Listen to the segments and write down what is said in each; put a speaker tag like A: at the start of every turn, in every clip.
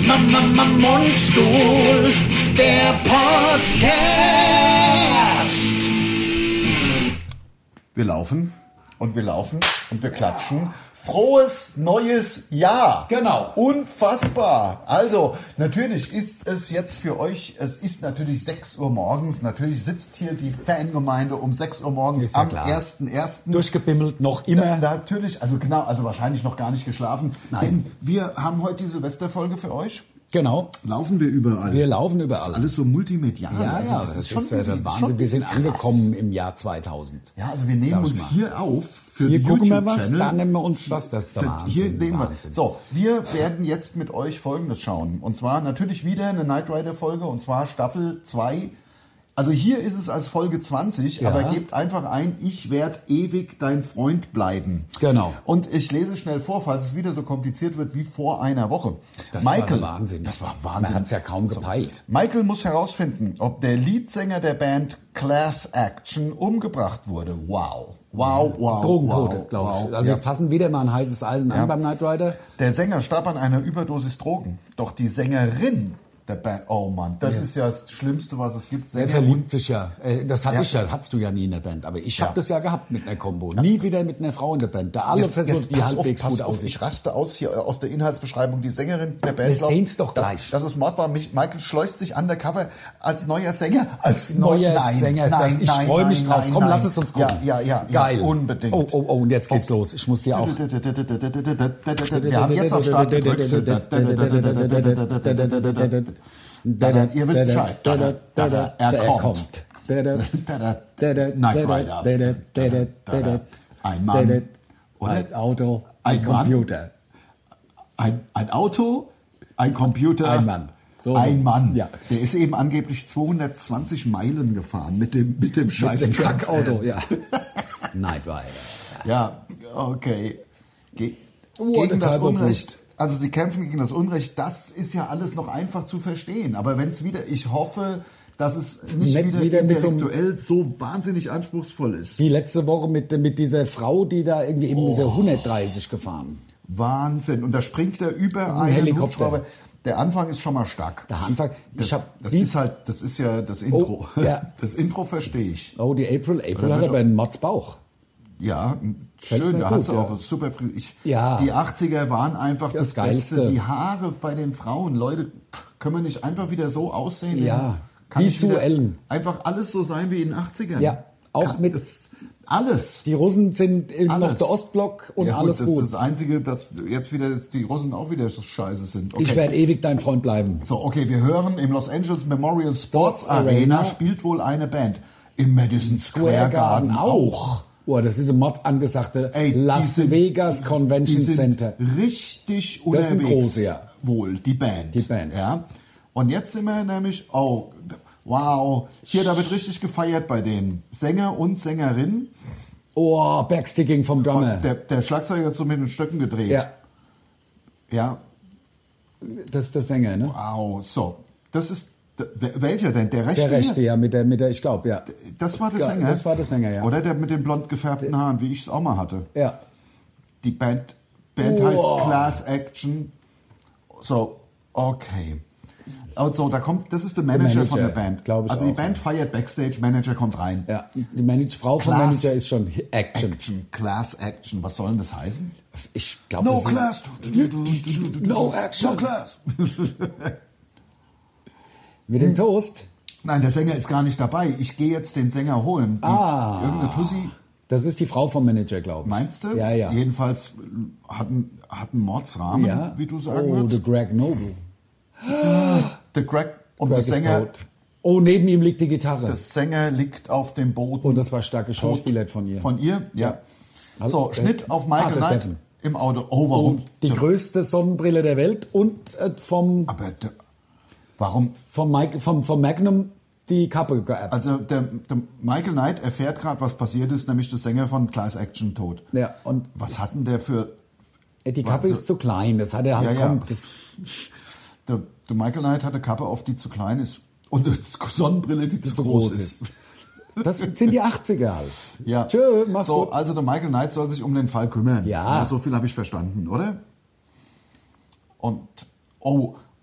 A: Mundstuhl, der Podcast.
B: Wir laufen und wir laufen und wir klatschen. Frohes neues Jahr!
C: Genau.
B: Unfassbar! Also, natürlich ist es jetzt für euch, es ist natürlich 6 Uhr morgens. Natürlich sitzt hier die Fangemeinde um 6 Uhr morgens
C: ja
B: am
C: klar.
B: 1.1.
C: Durchgebimmelt, noch immer.
B: Natürlich, also genau, also wahrscheinlich noch gar nicht geschlafen.
C: Nein.
B: Denn wir haben heute die Silvesterfolge für euch.
C: Genau.
B: Laufen wir überall.
C: Wir laufen überall.
B: Das ist alles so multimedial.
C: Ja,
B: also
C: ja,
B: das ist schon
C: der
B: bisschen-
C: Wahnsinn.
B: schon
C: Wir sind
B: krass.
C: angekommen im Jahr 2000.
B: Ja, also wir nehmen
C: Sag ich
B: uns
C: mal.
B: hier auf für
C: Hier
B: den
C: gucken wir was,
B: YouTube-Channel.
C: da nehmen wir uns was. Das ist der Wahnsinn.
B: Hier nehmen wir.
C: Wahnsinn.
B: So, wir werden jetzt mit euch Folgendes schauen. Und zwar natürlich wieder eine Knight Rider Folge, und zwar Staffel 2. Also hier ist es als Folge 20,
C: Ja.
B: aber gebt einfach ein, ich werde ewig dein Freund bleiben.
C: Genau.
B: Und ich lese schnell vor, falls es wieder so kompliziert wird wie vor einer Woche.
C: Das war der Wahnsinn.
B: Das war Wahnsinn.
C: Man hat es ja kaum gepeilt.
B: Michael muss herausfinden, ob der Leadsänger der Band Class Action umgebracht wurde. Wow. Wow, wow,
C: Drogentote,
B: wow,
C: glaube ich.
B: wow.
C: Also
B: Ja.
C: wir fassen wieder mal ein heißes Eisen an beim Knight Rider.
B: Der Sänger starb an einer Überdosis Drogen. Doch die Sängerin der Band, oh Mann, das ist ja das Schlimmste, was es gibt.
C: Er
B: Sänger
C: verliebt sich ja. Das hatte
B: Ja.
C: ich ja, hattest du ja nie in der Band. Aber ich
B: Ja.
C: habe das ja gehabt mit einer Combo. Nie wieder mit einer Frau in der Band. Da alle versucht, die
B: pass
C: halbwegs
B: pass
C: gut
B: auf,
C: aussieht.
B: ich raste aus hier aus der Inhaltsbeschreibung. Die Sängerin der Band.
C: Wir sehen's doch
B: das-
C: gleich.
B: Dass es Mord war. Michael schleust sich undercover als neuer Sänger. Als
C: Neuer
B: nein,
C: Sänger.
B: Nein,
C: Ich
B: nein,
C: freue mich
B: nein,
C: drauf.
B: nein,
C: Komm,
B: nein.
C: lass es uns gucken.
B: Ja,
C: Geil.
B: unbedingt.
C: Oh, und jetzt geht's los. Ich muss hier auch.
B: Wir haben jetzt auf Start gedrückt. Ihr wisst Bescheid. Er kommt. Knight Rider. Ein Mann. Oder?
C: Ein Auto,
B: Ein
C: ein
B: Mann.
C: Computer.
B: Ein Auto, ein Computer.
C: Ein Mann. So.
B: Ein Mann.
C: Ja.
B: Der ist eben angeblich 220 Meilen gefahren mit dem scheiß
C: Mit dem Kackauto, ja. Knight Rider.
B: Ja, okay. Gegen
C: der
B: das
C: Turbo
B: Unrecht. Also sie kämpfen gegen das Unrecht. Das ist ja alles noch einfach zu verstehen. Aber wenn es wieder, ich hoffe, dass es nicht wieder
C: mit so einem-
B: intellektuell so wahnsinnig anspruchsvoll ist.
C: Wie letzte Woche mit dieser Frau, die da irgendwie eben diese 130 gefahren.
B: Wahnsinn. Und da springt er über einen
C: Helikopter.
B: Hubschrauber. Der Anfang ist schon mal stark.
C: Der Anfang.
B: Das ist ja das Intro.
C: Oh, ja.
B: Das Intro verstehe ich.
C: Oh, die April hat aber einen Motzbauch.
B: Ja,
C: Fällt
B: schön,
C: mir
B: da
C: gut,
B: hat sie
C: ja.
B: auch super
C: Ja.
B: Die 80er waren einfach das
C: Geilste.
B: Beste. Die Haare bei den Frauen, Leute, können wir nicht einfach wieder so aussehen?
C: Ja.
B: Kann
C: Wie
B: ich
C: Sue
B: wieder
C: Ellen.
B: einfach alles so sein wie in den 80ern?
C: Ja, auch mit-
B: alles.
C: Die Russen sind noch
B: Alles.
C: der Ostblock und
B: Ja,
C: alles
B: das
C: gut.
B: ist das Einzige, dass jetzt wieder die Russen auch wieder so scheiße sind. Okay.
C: Ich werde ewig dein Freund bleiben.
B: So, okay, wir hören im Los Angeles Memorial Sports
C: Sports
B: Arena
C: Arena
B: spielt wohl eine Band. Im Madison Square Garden auch.
C: Oh, das ist ein Mods angesagte
B: Ey, die
C: Las
B: sind-
C: Vegas Convention
B: Die sind
C: Center.
B: richtig
C: Das sind
B: unterwegs.
C: große, ja.
B: Wohl, die Band.
C: Die Band.
B: Ja. Und jetzt sind wir nämlich, oh, wow, hier, da wird richtig gefeiert bei denen. Sänger und Sängerin.
C: Oh, Backsticking vom Drummer.
B: Und der Schlagzeuger ist so mit den Stöcken gedreht.
C: Ja,
B: Ja,
C: das ist der Sänger, ne?
B: wow, so. Das ist, welcher denn? Der rechte?
C: Der rechte,
B: hier?
C: ja, mit der, ich glaube, ja.
B: Das war der
C: Ja,
B: Sänger?
C: das war der Sänger, ja.
B: Oder der mit den blond gefärbten Haaren, wie ich es auch mal hatte.
C: Ja.
B: Die Band
C: Oh.
B: heißt Class Action. So, okay. Also, das ist der Manager, von der Band.
C: glaub ich
B: also die
C: auch,
B: Band feiert Backstage, Manager kommt rein.
C: Ja, die Frau vom
B: Class
C: Manager ist schon Action.
B: Class Action. Was soll denn das heißen?
C: Ich glaube,
B: No Class.
C: No Action.
B: No Class.
C: Mit dem Toast.
B: Nein, der Sänger ist gar nicht dabei. Ich gehe jetzt den Sänger holen. Irgendeine Tussi,
C: Das ist die Frau vom Manager, glaube ich.
B: meinst du?
C: Ja, ja.
B: Jedenfalls hat einen Mordsrahmen,
C: Ja.
B: wie du sagen
C: Oh,
B: würdest.
C: der Greg Noble.
B: Der Greg und
C: Greg
B: der Sänger.
C: ist tot. Oh, neben ihm liegt die Gitarre.
B: Der Sänger liegt auf dem Boden.
C: Und das war starke Schauspieler von ihr.
B: Von ihr? Ja.
C: Ja.
B: So, Schnitt auf Michael
C: der
B: Knight
C: Devin.
B: im Auto. Oh, warum?
C: Und die größte Sonnenbrille der Welt und
B: Aber warum?
C: vom Magnum die Kappe geerbt.
B: Also der Michael Knight erfährt gerade, was passiert ist, nämlich der Sänger von Class Action tot.
C: Ja, und
B: Was hat denn der für...
C: die Kappe
B: warte.
C: ist zu klein. Das hat er halt.
B: Ja, ja.
C: Komm, das,
B: Der Michael Knight hat eine Kappe auf, die zu klein ist. Und eine Sonnenbrille, die zu groß ist.
C: das sind die 80er halt.
B: Ja.
C: Tschö, mach's
B: so,
C: gut.
B: also der Michael Knight soll sich um den Fall kümmern.
C: Ja.
B: So viel habe ich verstanden, oder? Und, oh,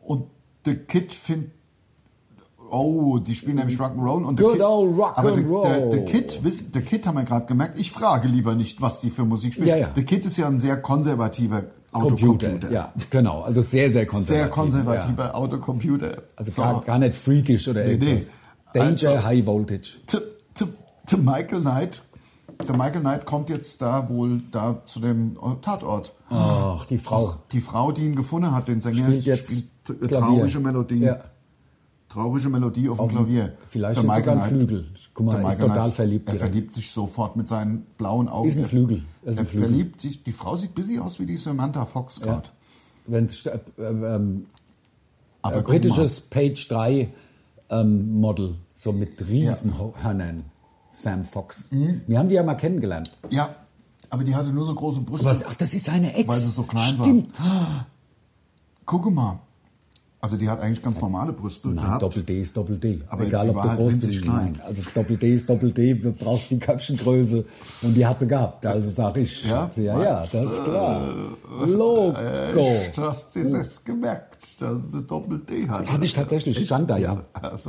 B: Und The Kid findet, die spielen nämlich Rock'n'Roll und
C: Good old Rock'n'Roll.
B: Aber The Kid haben wir gerade gemerkt, ich frage lieber nicht, was die für Musik spielen.
C: Ja, ja.
B: The Kid ist ja ein sehr konservativer
C: Computer.
B: Autocomputer.
C: Ja, genau. Also sehr, sehr konservativ.
B: Sehr konservativer
C: Ja.
B: Autocomputer.
C: Also
B: So.
C: gar nicht freakish oder irgendwas. Danger,
B: Also,
C: High Voltage.
B: Der Michael Knight kommt jetzt da wohl zu dem Tatort.
C: Ach, die Frau.
B: Die Frau, die ihn gefunden hat, den Sänger,
C: Spielt jetzt
B: spielt
C: Klavier.
B: traurige Melodie.
C: Ja.
B: Traurige Melodie auf dem Klavier.
C: Vielleicht
B: Der
C: ist
B: Michael
C: sogar ein
B: Knight-
C: Flügel. Guck mal,
B: der
C: er ist
B: Michael
C: total
B: Knight,
C: verliebt.
B: Er
C: direkt.
B: verliebt sich sofort mit seinen blauen Augen.
C: Ist ein Flügel. Ist
B: Er
C: ein Flügel.
B: verliebt sich. Die Frau sieht busy aus wie die Samantha Fox
C: Ja.
B: gerade.
C: Wenn's,
B: Aber guck
C: britisches Page 3 Model, so mit Riesenhörnern, Sam Fox. Wir haben die ja mal kennengelernt.
B: mal. Ja, aber die hatte nur so große Brüste.
C: Ach, das ist seine Ex.
B: Weil sie so klein
C: Stimmt.
B: war. Guck mal. Also die hat eigentlich ganz normale Brüste
C: Nein,
B: gehabt.
C: Doppel-D ist Doppel-D.
B: Aber
C: Egal,
B: die
C: ob
B: war
C: du
B: halt
C: groß
B: winzig
C: bist.
B: klein.
C: Nein. Also Doppel-D ist Doppel-D, du brauchst die Köpfchengröße. Und die hat sie gehabt. Also sag ich,
B: Ja?
C: Schatzi, ja, das ist klar.
B: Logo.
C: Logo.
B: Hast du es gemerkt, dass sie Doppel-D hat?
C: Hatte ich tatsächlich, stand da, ja.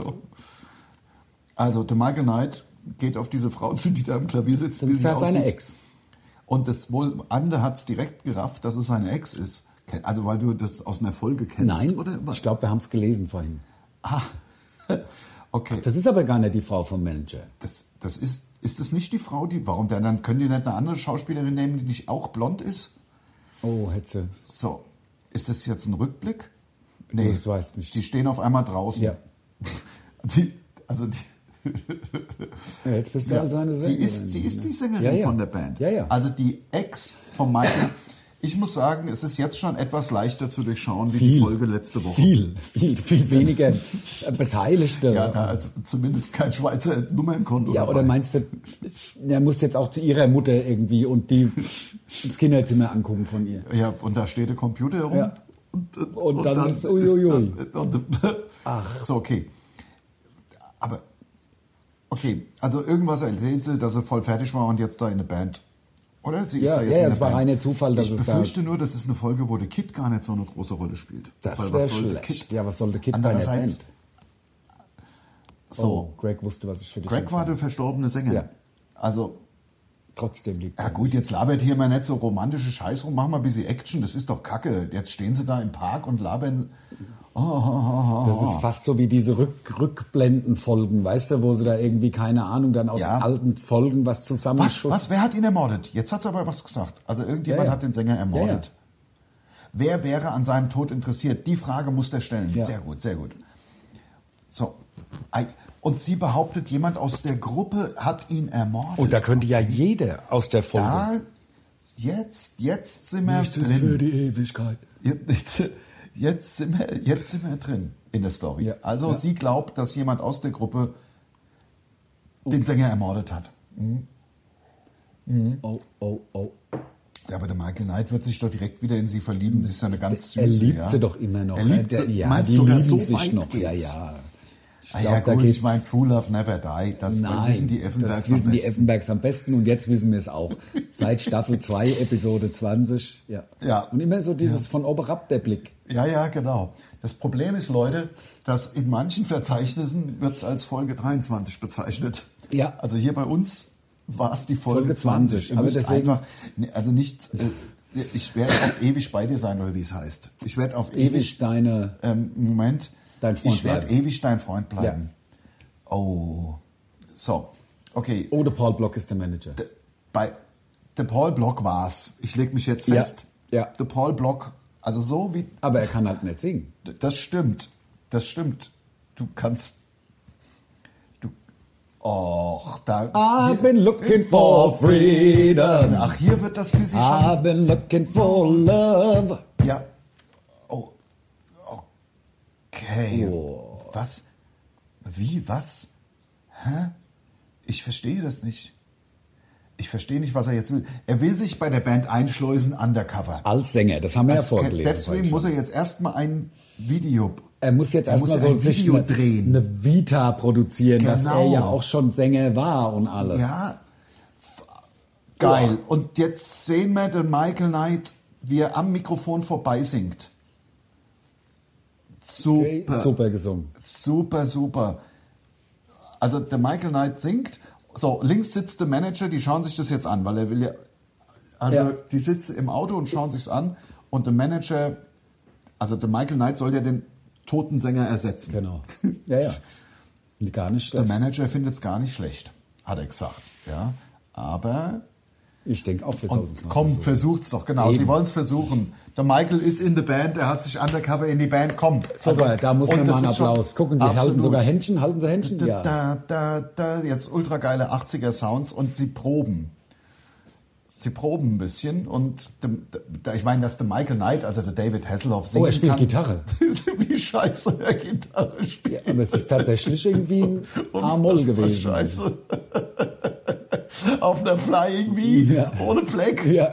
B: Also, der Michael Knight geht auf diese Frau zu, die da am Klavier sitzt.
C: Das
B: wie
C: ist
B: sie
C: ja seine
B: aussieht.
C: Ex.
B: Und das wohl, Ande hat es direkt gerafft, dass es seine Ex ist. Also, weil du das aus einer Folge kennst,
C: Nein,
B: oder?
C: ich glaube, wir haben es gelesen vorhin.
B: Ah, okay.
C: Das ist aber gar nicht die Frau vom Manager.
B: Das ist das nicht die Frau, warum denn? Dann können die nicht eine andere Schauspielerin nehmen, die nicht auch blond ist?
C: Oh, Hetze.
B: So, ist das jetzt ein Rückblick? Nee,
C: Das weiß nicht.
B: die stehen auf einmal draußen.
C: Ja.
B: Die,
C: Ja, jetzt bist du
B: ja,
C: also eine Sängerin.
B: sie ist die Sängerin
C: Ja, ja.
B: von der Band.
C: Ja, ja.
B: Also die Ex von Michael. Ich muss sagen, es ist jetzt schon etwas leichter zu durchschauen wie die Folge letzte Woche.
C: Viel weniger Beteiligte.
B: Ja, da also zumindest kein Schweizer Nummernkonto.
C: Ja, oder
B: dabei.
C: meinst du, er muss jetzt auch zu ihrer Mutter irgendwie und die das Kinderzimmer angucken von ihr?
B: Ja, und da steht der Computer herum.
C: Ja. Und dann ist uiuiui.
B: Ach. So, okay. Aber, okay, also irgendwas erzählt sie, dass sie voll fertig war und jetzt da in der Band. Oder? Sie ist
C: Ja,
B: da jetzt
C: ja,
B: in der
C: es war
B: Band.
C: reiner Zufall, dass
B: ich
C: es da-
B: befürchte nur, das ist eine Folge, wo der Kid gar nicht so eine große Rolle spielt.
C: Das
B: Weil
C: wäre
B: was soll der
C: schlecht.
B: Kid?
C: Ja, was soll der Kid bei einer
B: Andererseits,
C: Band?
B: so,
C: Oh, Greg wusste, was ich für dich
B: Greg war der verstorbene Sänger.
C: Ja.
B: Also,
C: Trotzdem lieb.
B: ja gut, jetzt labert hier mal nicht so romantische Scheiß rum, mach mal ein bisschen Action, das ist doch Kacke. Jetzt stehen sie da im Park und labern.
C: Das ist fast so wie diese Rückblendenfolgen, weißt du, wo sie da irgendwie, keine Ahnung, dann aus
B: Ja.
C: alten Folgen was zusammenschussen.
B: Was? Wer hat ihn ermordet? Jetzt hat sie aber was gesagt. Also irgendjemand
C: Ja, ja.
B: hat den Sänger ermordet.
C: Ja, ja.
B: Wer wäre an seinem Tod interessiert? Die Frage muss er stellen.
C: Ja.
B: Sehr gut, sehr gut. So. Und sie behauptet, jemand aus der Gruppe hat ihn ermordet.
C: Und da könnte ja jeder aus der Folge.
B: Da, jetzt sind wir drin.
C: die Ewigkeit.
B: Jetzt sind wir drin in der Story.
C: Ja.
B: Also
C: Ja.
B: sie glaubt, dass jemand aus der Gruppe den Sänger ermordet hat.
C: Oh.
B: Ja, aber der Michael Knight wird sich doch direkt wieder in sie verlieben. Sie ist ja eine ganz süße.
C: Er liebt
B: ja.
C: sie doch immer noch.
B: Er liebt sie.
C: Ja,
B: Meinst
C: die
B: du, sogar
C: lieben
B: so
C: sich
B: weit
C: noch.
B: geht's?
C: Ja, ja.
B: Ja,
C: da
B: gut,
C: geht's-
B: ich meine, True Love Never Die. Das
C: Nein,
B: wissen die Effenbergs
C: das wissen
B: am
C: die
B: besten.
C: Effenbergs am besten und jetzt wissen wir es auch. Seit Staffel 2, Episode 20. Ja.
B: Ja.
C: Und immer so dieses von oben ab der Blick.
B: Ja, genau. Das Problem ist, Leute, dass in manchen Verzeichnissen wird es als Folge 23 bezeichnet.
C: Ja.
B: Also hier bei uns war es die Folge
C: Folge 20.
B: 20. Ihr
C: Aber
B: müsst
C: deswegen-
B: einfach, also nichts, ich werde auf ewig bei dir sein, oder wie es heißt. Ich werde auf
C: Ewig deine...
B: Moment.
C: Dein Freund
B: Ich werde
C: bleiben.
B: ewig dein Freund bleiben. Oh. So. Okay.
C: Oh, der Paul Block ist der Manager.
B: Bei der Paul Block war's. Ich leg mich jetzt
C: Ja,
B: fest.
C: ja.
B: Der Paul Block, also so wie
C: Aber er kann halt nicht singen.
B: das stimmt. Das stimmt. Du kannst. Och, da.
C: I've been looking for freedom.
B: Ach, hier wird das bisschen schon.
C: I've been looking for love.
B: Ja. Oh. Okay.
C: Oh.
B: Was? Wie? Was? Hä? Ich verstehe das nicht. Ich verstehe nicht, was er jetzt will. Er will sich bei der Band einschleusen, undercover.
C: Als Sänger, das haben wir ja vorgelesen.
B: Deswegen muss er jetzt erstmal ein Video.
C: Er muss jetzt erstmal so
B: ein
C: sich
B: Video
C: eine,
B: drehen.
C: eine Vita produzieren, dass
B: Genau.
C: er ja auch schon Sänger war und alles.
B: Ja. Geil. Und jetzt sehen wir den Michael Knight, wie er am Mikrofon vorbei singt.
C: Super gesungen.
B: Super. Also der Michael Knight singt, so links sitzt der Manager, die schauen sich das jetzt an, weil er will ja, also die sitzen im Auto und schauen sich's an und der Manager, also der Michael Knight soll ja den toten Sänger ersetzen.
C: Genau. Ja. Gar nicht
B: Der
C: schlecht.
B: Manager findet es gar nicht schlecht, hat er gesagt. Ja, aber
C: Ich denke auch, wir sollten es
B: und
C: mal
B: komm,
C: versuchen.
B: versucht's doch, genau.
C: Eben.
B: Sie wollen es versuchen. Der Michael ist in der Band, er hat sich undercover in die Band, komm.
C: Super, da muss
B: und
C: man mal
B: das
C: einen
B: ist schon
C: Applaus. Gucken, die halten
B: absolut.
C: sogar Händchen. Halten sie Händchen? Ja.
B: Da, jetzt ultra geile 80er Sounds und sie proben. Sie proben ein bisschen und ich meine, dass der Michael Knight, also der David Hasselhoff singen
C: Oh, er spielt
B: kann.
C: Gitarre.
B: Wie scheiße er Gitarre spielt.
C: Ja, aber es ist tatsächlich irgendwie ein A-Moll gewesen.
B: Scheiße. Auf einer Flying V,
C: Ja.
B: ohne Black.
C: Ja.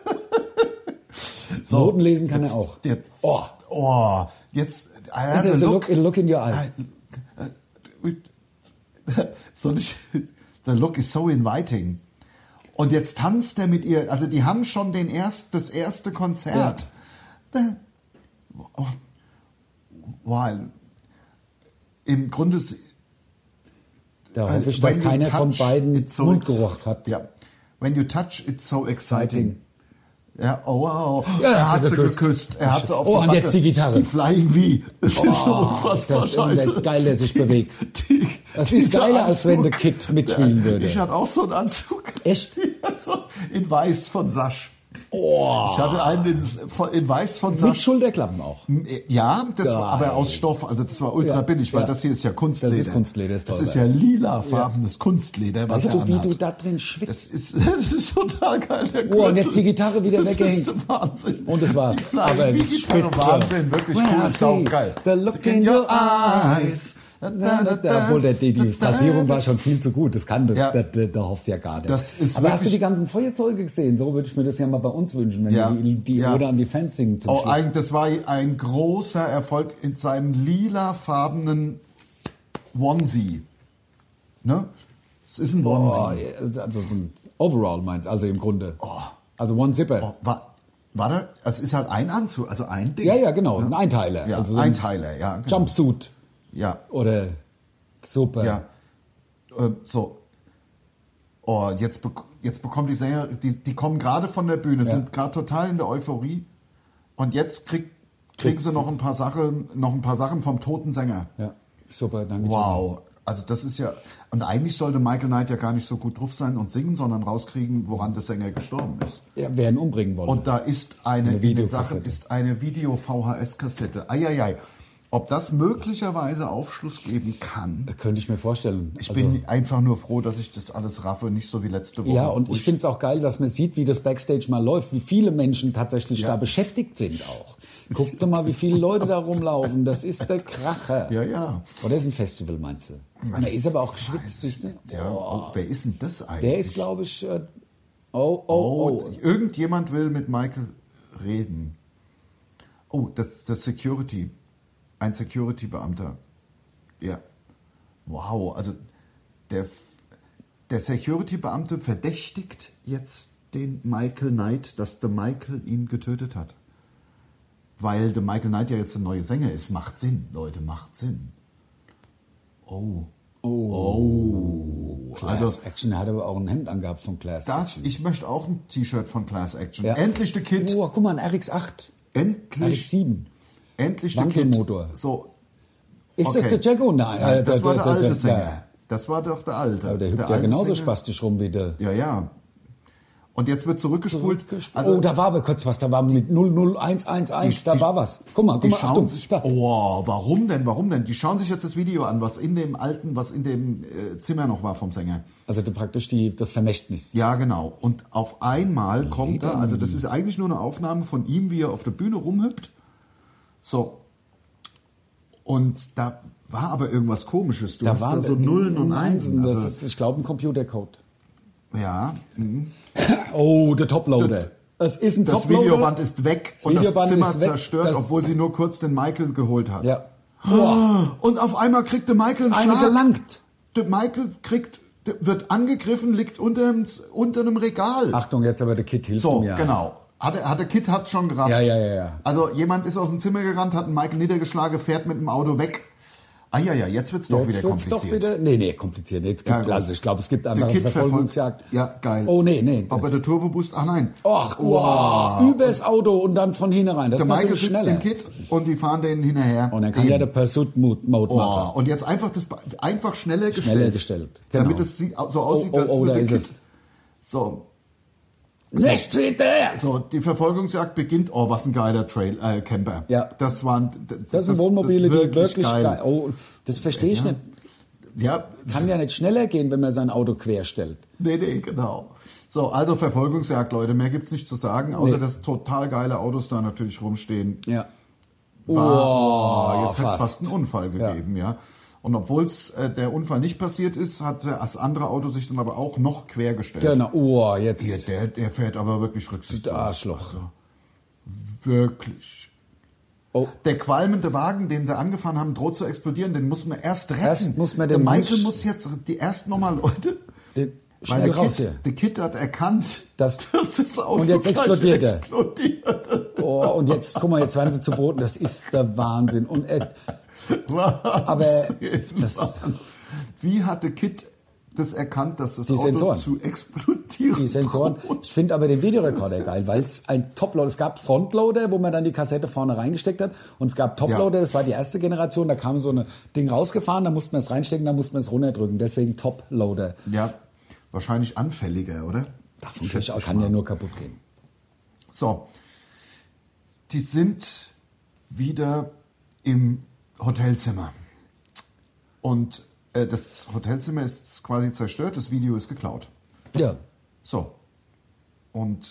B: So,
C: Noten lesen kann
B: jetzt,
C: er auch.
B: Jetzt, jetzt,
C: There's a look in your eye.
B: So nicht, the look is so inviting. Und jetzt tanzt er mit ihr, also die haben schon das erste Konzert. Wow. Im Grunde,
C: Da hoffe ich, dass
B: when you
C: keiner von
B: touch,
C: beiden
B: it's so
C: Mundgeruch hat.
B: Ja. When you touch, it's so exciting. Ja, oh wow.
C: Ja,
B: er hat sie geküsst. Er hat sie auf
C: Oh,
B: die
C: und
B: Backe.
C: jetzt die Gitarre.
B: Die Flying V. Das ist so unfassbar
C: das ist
B: scheiße.
C: geil, der sich bewegt. Das ist
B: Dieser
C: geiler, als wenn der
B: Anzug.
C: Kid mitspielen würde.
B: Ich hatte auch so einen Anzug.
C: Echt?
B: Also in Weiß von Sasch.
C: Oh.
B: Ich hatte einen in Weiß von
C: Mit
B: Sasch.
C: Schulterklappen auch.
B: Ja, das war
C: Geil.
B: aber aus Stoff, also das war ultra
C: Ja,
B: billig, weil
C: ja.
B: das hier ist ja Kunstleder.
C: Das ist Kunstleder, ist
B: Das
C: toll,
B: ist ja lilafarbenes Kunstleder, was
C: Weißt
B: er
C: du, wie
B: anhat.
C: du da drin schwitzt?
B: Das ist total geil, der
C: Oh, und
B: Gürtel.
C: jetzt die Gitarre wieder
B: das
C: weggehängt.
B: Das ist der Wahnsinn.
C: Und das war's.
B: Die Flying
C: Aber
B: V
C: das
B: Gitarre,
C: Spitze.
B: Wahnsinn, wirklich
C: When
B: cool,
C: I
B: sau
C: see
B: geil.
C: the look in your eyes. Obwohl, die Phrasierung war schon viel zu gut. Das kann der hofft ja gar nicht.
B: Das ist
C: aber hast du
B: wirklich-
C: die ganzen Feuerzeuge gesehen? So würde ich mir das ja mal bei uns wünschen, wenn
B: Ja,
C: die
B: ja.
C: Ode an die Fans singen zum
B: Oh,
C: Schluss.
B: das war ein großer Erfolg in seinem lilafarbenen Onesie. Ne? Es ist ein Onesie.
C: Oh, also so ein Overall meinst also im Grunde. Also One Zipper.
B: War da? Also es ist halt ein Anzug, also ein Ding.
C: Ja, genau, ein Einteiler.
B: Ja,
C: also so
B: Einteiler, ja. Genau.
C: Jumpsuit
B: Ja,
C: oder super.
B: ja. So. Oh, jetzt bekommt die Sänger, die kommen gerade von der Bühne, sind gerade total in der Euphorie. Und jetzt kriegen sie noch ein paar Sachen vom toten Sänger.
C: Ja, super, danke.
B: Wow. Also das ist ja, und eigentlich sollte Michael Knight ja gar nicht so gut drauf sein und singen, sondern rauskriegen, woran der Sänger gestorben ist.
C: Ja, wer ihn umbringen wollte.
B: Und da ist
C: Eine
B: in den Sachen
C: Videokassette.
B: ist eine Video-VHS-Kassette. Eieiei. Ob das möglicherweise Aufschluss geben kann?
C: Das könnte ich mir vorstellen.
B: Ich bin einfach nur froh, dass ich das alles raffe, nicht so wie letzte Woche.
C: Ja, und
B: wo
C: ich finde es auch geil, dass man sieht, wie das Backstage mal läuft, wie viele Menschen tatsächlich
B: Ja.
C: da beschäftigt sind auch. Guck doch mal, wie viele Leute da rumlaufen. Das ist der Kracher.
B: Ja, ja.
C: Oder ist ein Festival, meinst du? Man ist aber auch geschwitzt. siehst du?
B: Ja, oh, wer ist denn das eigentlich?
C: Der ist, glaube ich, oh.
B: Irgendjemand will mit Michael reden. Oh, das ist das Security. Ein Security-Beamter. Ja. Wow, also der Security-Beamte verdächtigt jetzt den Michael Knight, dass der Michael ihn getötet hat. Weil der Michael Knight ja jetzt ein neuer Sänger ist. Macht Sinn, Leute, macht Sinn.
C: Class Action hat aber auch ein Hemd angehabt von Class Action.
B: Ich möchte auch ein T-Shirt von Class Action.
C: Ja.
B: Endlich der Kid.
C: Oh, guck mal, ein RX-8.
B: Endlich.
C: RX-7.
B: Endlich der Kid.
C: Wankelmotor.
B: So.
C: Ist
B: Okay.
C: das der Jago? Nein,
B: Nein, das war der alte
C: ja.
B: Sänger. Das war doch der alte.
C: Aber der hüpft ja
B: alte
C: genauso
B: Sänger.
C: spastisch rum wie der.
B: Ja, ja. Und jetzt wird zurückgespult.
C: Oh, da war aber kurz was. Da war mit 00111. Da war was. Guck mal,
B: Die schauen
C: Achtung.
B: sich.
C: Da.
B: Oh, warum denn? Die schauen sich jetzt das Video an, was in dem Zimmer noch war vom Sänger.
C: Also praktisch das Vermächtnis.
B: Ja, genau. Und auf einmal kommt da, also das ist eigentlich nur eine Aufnahme von ihm, wie er auf der Bühne rumhüpft. So. Und da war aber irgendwas Komisches. Du hast da so Nullen und Einsen.
C: Das
B: Also,
C: ist, ich glaube, ein Computercode.
B: ja.
C: Oh, der Toploader. Es ist ein
B: Das
C: Toploader.
B: Videoband ist weg und das
C: Videoband
B: Zimmer
C: ist weg.
B: zerstört,
C: Das-
B: obwohl sie nur kurz den Michael geholt hat.
C: Ja.
B: Und auf einmal kriegt der Michael einen
C: Eine
B: Schlag.
C: gelangt.
B: Der Michael wird angegriffen, liegt unter einem Regal.
C: Achtung, jetzt aber der Kid hilft
B: so,
C: ihm ja.
B: genau. Der Kid hat's schon gerafft.
C: Ja.
B: Also jemand ist aus dem Zimmer gerannt, hat einen Michael niedergeschlagen, fährt mit dem Auto weg. Jetzt wird's doch wieder kompliziert.
C: Nee, kompliziert. Jetzt gibt, also ich glaube, es gibt andere Verfolgungsjagd.
B: Ja, geil.
C: Oh, nee.
B: Aber der Turboboost, nein.
C: Ach, übers Auto und dann von hinten rein. Das
B: der
C: ist
B: Michael
C: schneller.
B: sitzt im Kit und die fahren den hinterher.
C: Und dann kann ja der Pursuit-Mode machen.
B: Und jetzt einfach schneller gestellt.
C: Genau.
B: Damit es so aussieht, als würde der Kit... So.
C: Nichts hinterher!
B: So, die Verfolgungsjagd beginnt. Oh, was ein geiler Camper.
C: Ja.
B: Das
C: sind Wohnmobile, die wirklich
B: geil.
C: Oh, das verstehe ich nicht.
B: Ja.
C: Kann ja nicht schneller gehen, wenn man sein Auto querstellt.
B: Nee, genau. So, also Verfolgungsjagd, Leute. Mehr gibt's nicht zu sagen, außer dass total geile Autos da natürlich rumstehen.
C: Ja.
B: Jetzt hätte es fast einen Unfall gegeben, ja. Und obwohl der Unfall nicht passiert ist, hat das andere Auto sich dann aber auch noch quergestellt.
C: Genau, jetzt.
B: Der fährt aber wirklich rücksichtslos.
C: Arschloch.
B: Also, wirklich.
C: Oh.
B: Der qualmende Wagen, den sie angefahren haben, droht zu explodieren, den muss man erst retten.
C: Erst muss man
B: der
C: den
B: Michael muss jetzt erst nochmal Leute... Weil der Kid hat erkannt, dass das Auto
C: und jetzt explodiert er.
B: Explodiert.
C: Und jetzt, guck mal, jetzt werden sie zu Boden. Das ist der Wahnsinn. Und aber
B: wie hat der Kid das erkannt, dass das Auto
C: Sensoren.
B: zu explodieren
C: Die Sensoren.
B: droht?
C: Ich finde aber den Videorekorder geil, weil es ein Toploader, es gab Frontloader, wo man dann die Kassette vorne reingesteckt hat, und es gab Toploader, das war die erste Generation, da kam so ein Ding rausgefahren, da musste man es reinstecken, da musste man es runterdrücken, deswegen Toploader.
B: Ja, wahrscheinlich anfälliger, oder?
C: Davon kann ja nur kaputt gehen.
B: So, die sind wieder im Hotelzimmer. Und das Hotelzimmer ist quasi zerstört, das Video ist geklaut.
C: Ja.
B: So. Und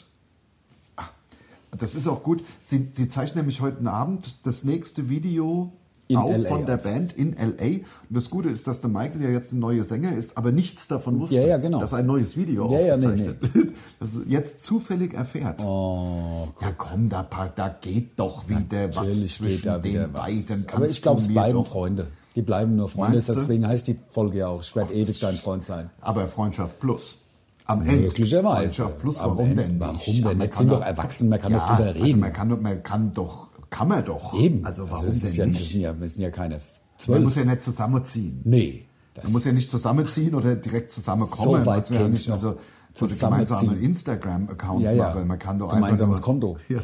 B: das ist auch gut. Sie zeichnen nämlich heute Abend das nächste Video von der Band in L.A. Und das Gute ist, dass der Michael ja jetzt ein neuer Sänger ist, aber nichts davon wusste,
C: genau.
B: dass ein neues Video aufgezeichnet wird. Das jetzt zufällig erfährt.
C: Oh,
B: ja komm, da geht doch wieder was zwischen den beiden.
C: Aber ich glaube, es bleiben Freunde. Die bleiben nur Freunde, deswegen heißt die Folge ja auch, ich werde ewig dein Freund sein.
B: Aber Freundschaft plus. Am Ende.
C: Möglicherweise.
B: Freundschaft plus, warum denn nicht?
C: Warum denn? Jetzt sind doch erwachsen, man kann doch drüber reden.
B: Also kann man doch.
C: Eben.
B: Also warum
C: also
B: denn nicht?
C: Wir sind ja keine 12.
B: Man muss ja nicht zusammenziehen.
C: Nee.
B: Man muss ja nicht zusammenziehen oder direkt zusammenkommen.
C: So weit
B: ja nicht, also so einen gemeinsamen Instagram-Account machen. Man kann doch
C: gemeinsames Konto.
B: Ja.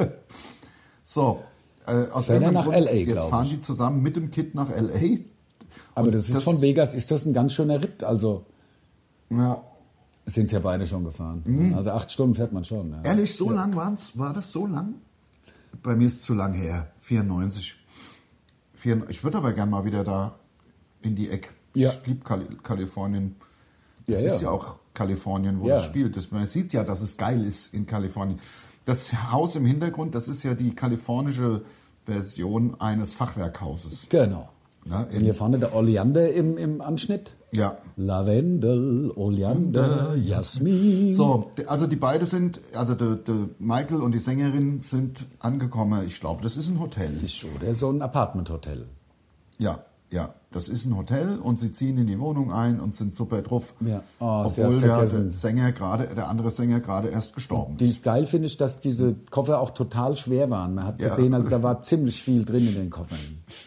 B: So. Aus
C: nach L.A.,
B: jetzt fahren die zusammen mit dem Kid nach L.A.
C: Aber das ist von Vegas, ist das ein ganz schöner Ritt. Also
B: ja.
C: Sind es ja beide schon gefahren. Mhm. Also 8 Stunden fährt man schon. Ja.
B: Ehrlich, so lang war das so lang? Bei mir ist es zu lang her. 94. Ich würde aber gern mal wieder da in die Ecke.
C: Ja.
B: Ich liebe Kalifornien. Das ist ja auch Kalifornien, wo das spielt. Man sieht ja, dass es geil ist in Kalifornien. Das Haus im Hintergrund, das ist ja die kalifornische Version eines Fachwerkhauses.
C: Genau.
B: Ja,
C: und hier vorne der Oleander im Anschnitt.
B: Ja.
C: Lavendel, Oleander, Jasmin.
B: So, also die beiden sind, also der Michael und die Sängerin sind angekommen. Ich glaube, das ist ein Hotel.
C: Oder so ein Apartment-Hotel.
B: Ja, das ist ein Hotel und sie ziehen in die Wohnung ein und sind super drauf.
C: Ja.
B: Obwohl der andere Sänger gerade erst gestorben ist.
C: Geil finde ich, dass diese Koffer auch total schwer waren. Man hat gesehen, also, da war ziemlich viel drin in den Koffern.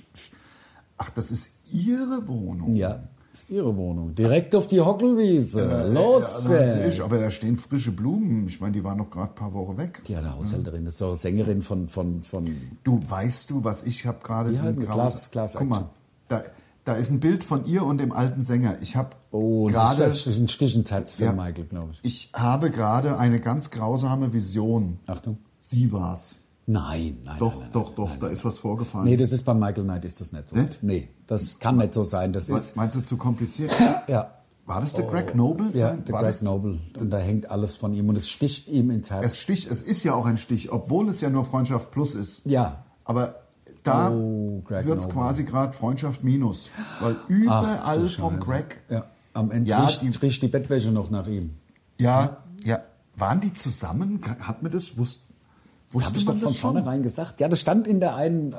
B: Ach, das ist Ihre Wohnung?
C: Ja, das ist Ihre Wohnung. Direkt auf die Hockelwiese. Los!
B: Aber da stehen frische Blumen. Ich meine, die waren noch gerade ein paar Wochen weg.
C: Ja, der Haushälterin, das ist doch Sängerin von...
B: Du, weißt du, was ich habe gerade...
C: Wie heißt Class
B: Guck mal, da ist ein Bild von ihr und dem alten Sänger. Ich habe
C: gerade... Das ist ein Stichensatz für Michael, glaube ich.
B: Ich habe gerade eine ganz grausame Vision.
C: Achtung.
B: Sie war's.
C: Nein.
B: Doch, da ist was vorgefallen.
C: Nee, das ist bei Michael Knight ist das nicht so.
B: Nicht?
C: Nee, das kann nicht so sein. Das ist,
B: meinst du, zu kompliziert?
C: Ja.
B: War das der Greg Noble?
C: Ja, der Greg Noble. Und da hängt alles von ihm und es sticht ihm ins Herz.
B: Es ist ja auch ein Stich, obwohl es ja nur Freundschaft plus ist.
C: Ja.
B: Aber da wird es quasi gerade Freundschaft minus. Weil überall vom Greg...
C: Ja, am Ende riecht die Bettwäsche noch nach ihm.
B: Ja. Waren die zusammen? Hat mir das...
C: Habe ich doch von vornherein gesagt. Ja, das stand in der einen...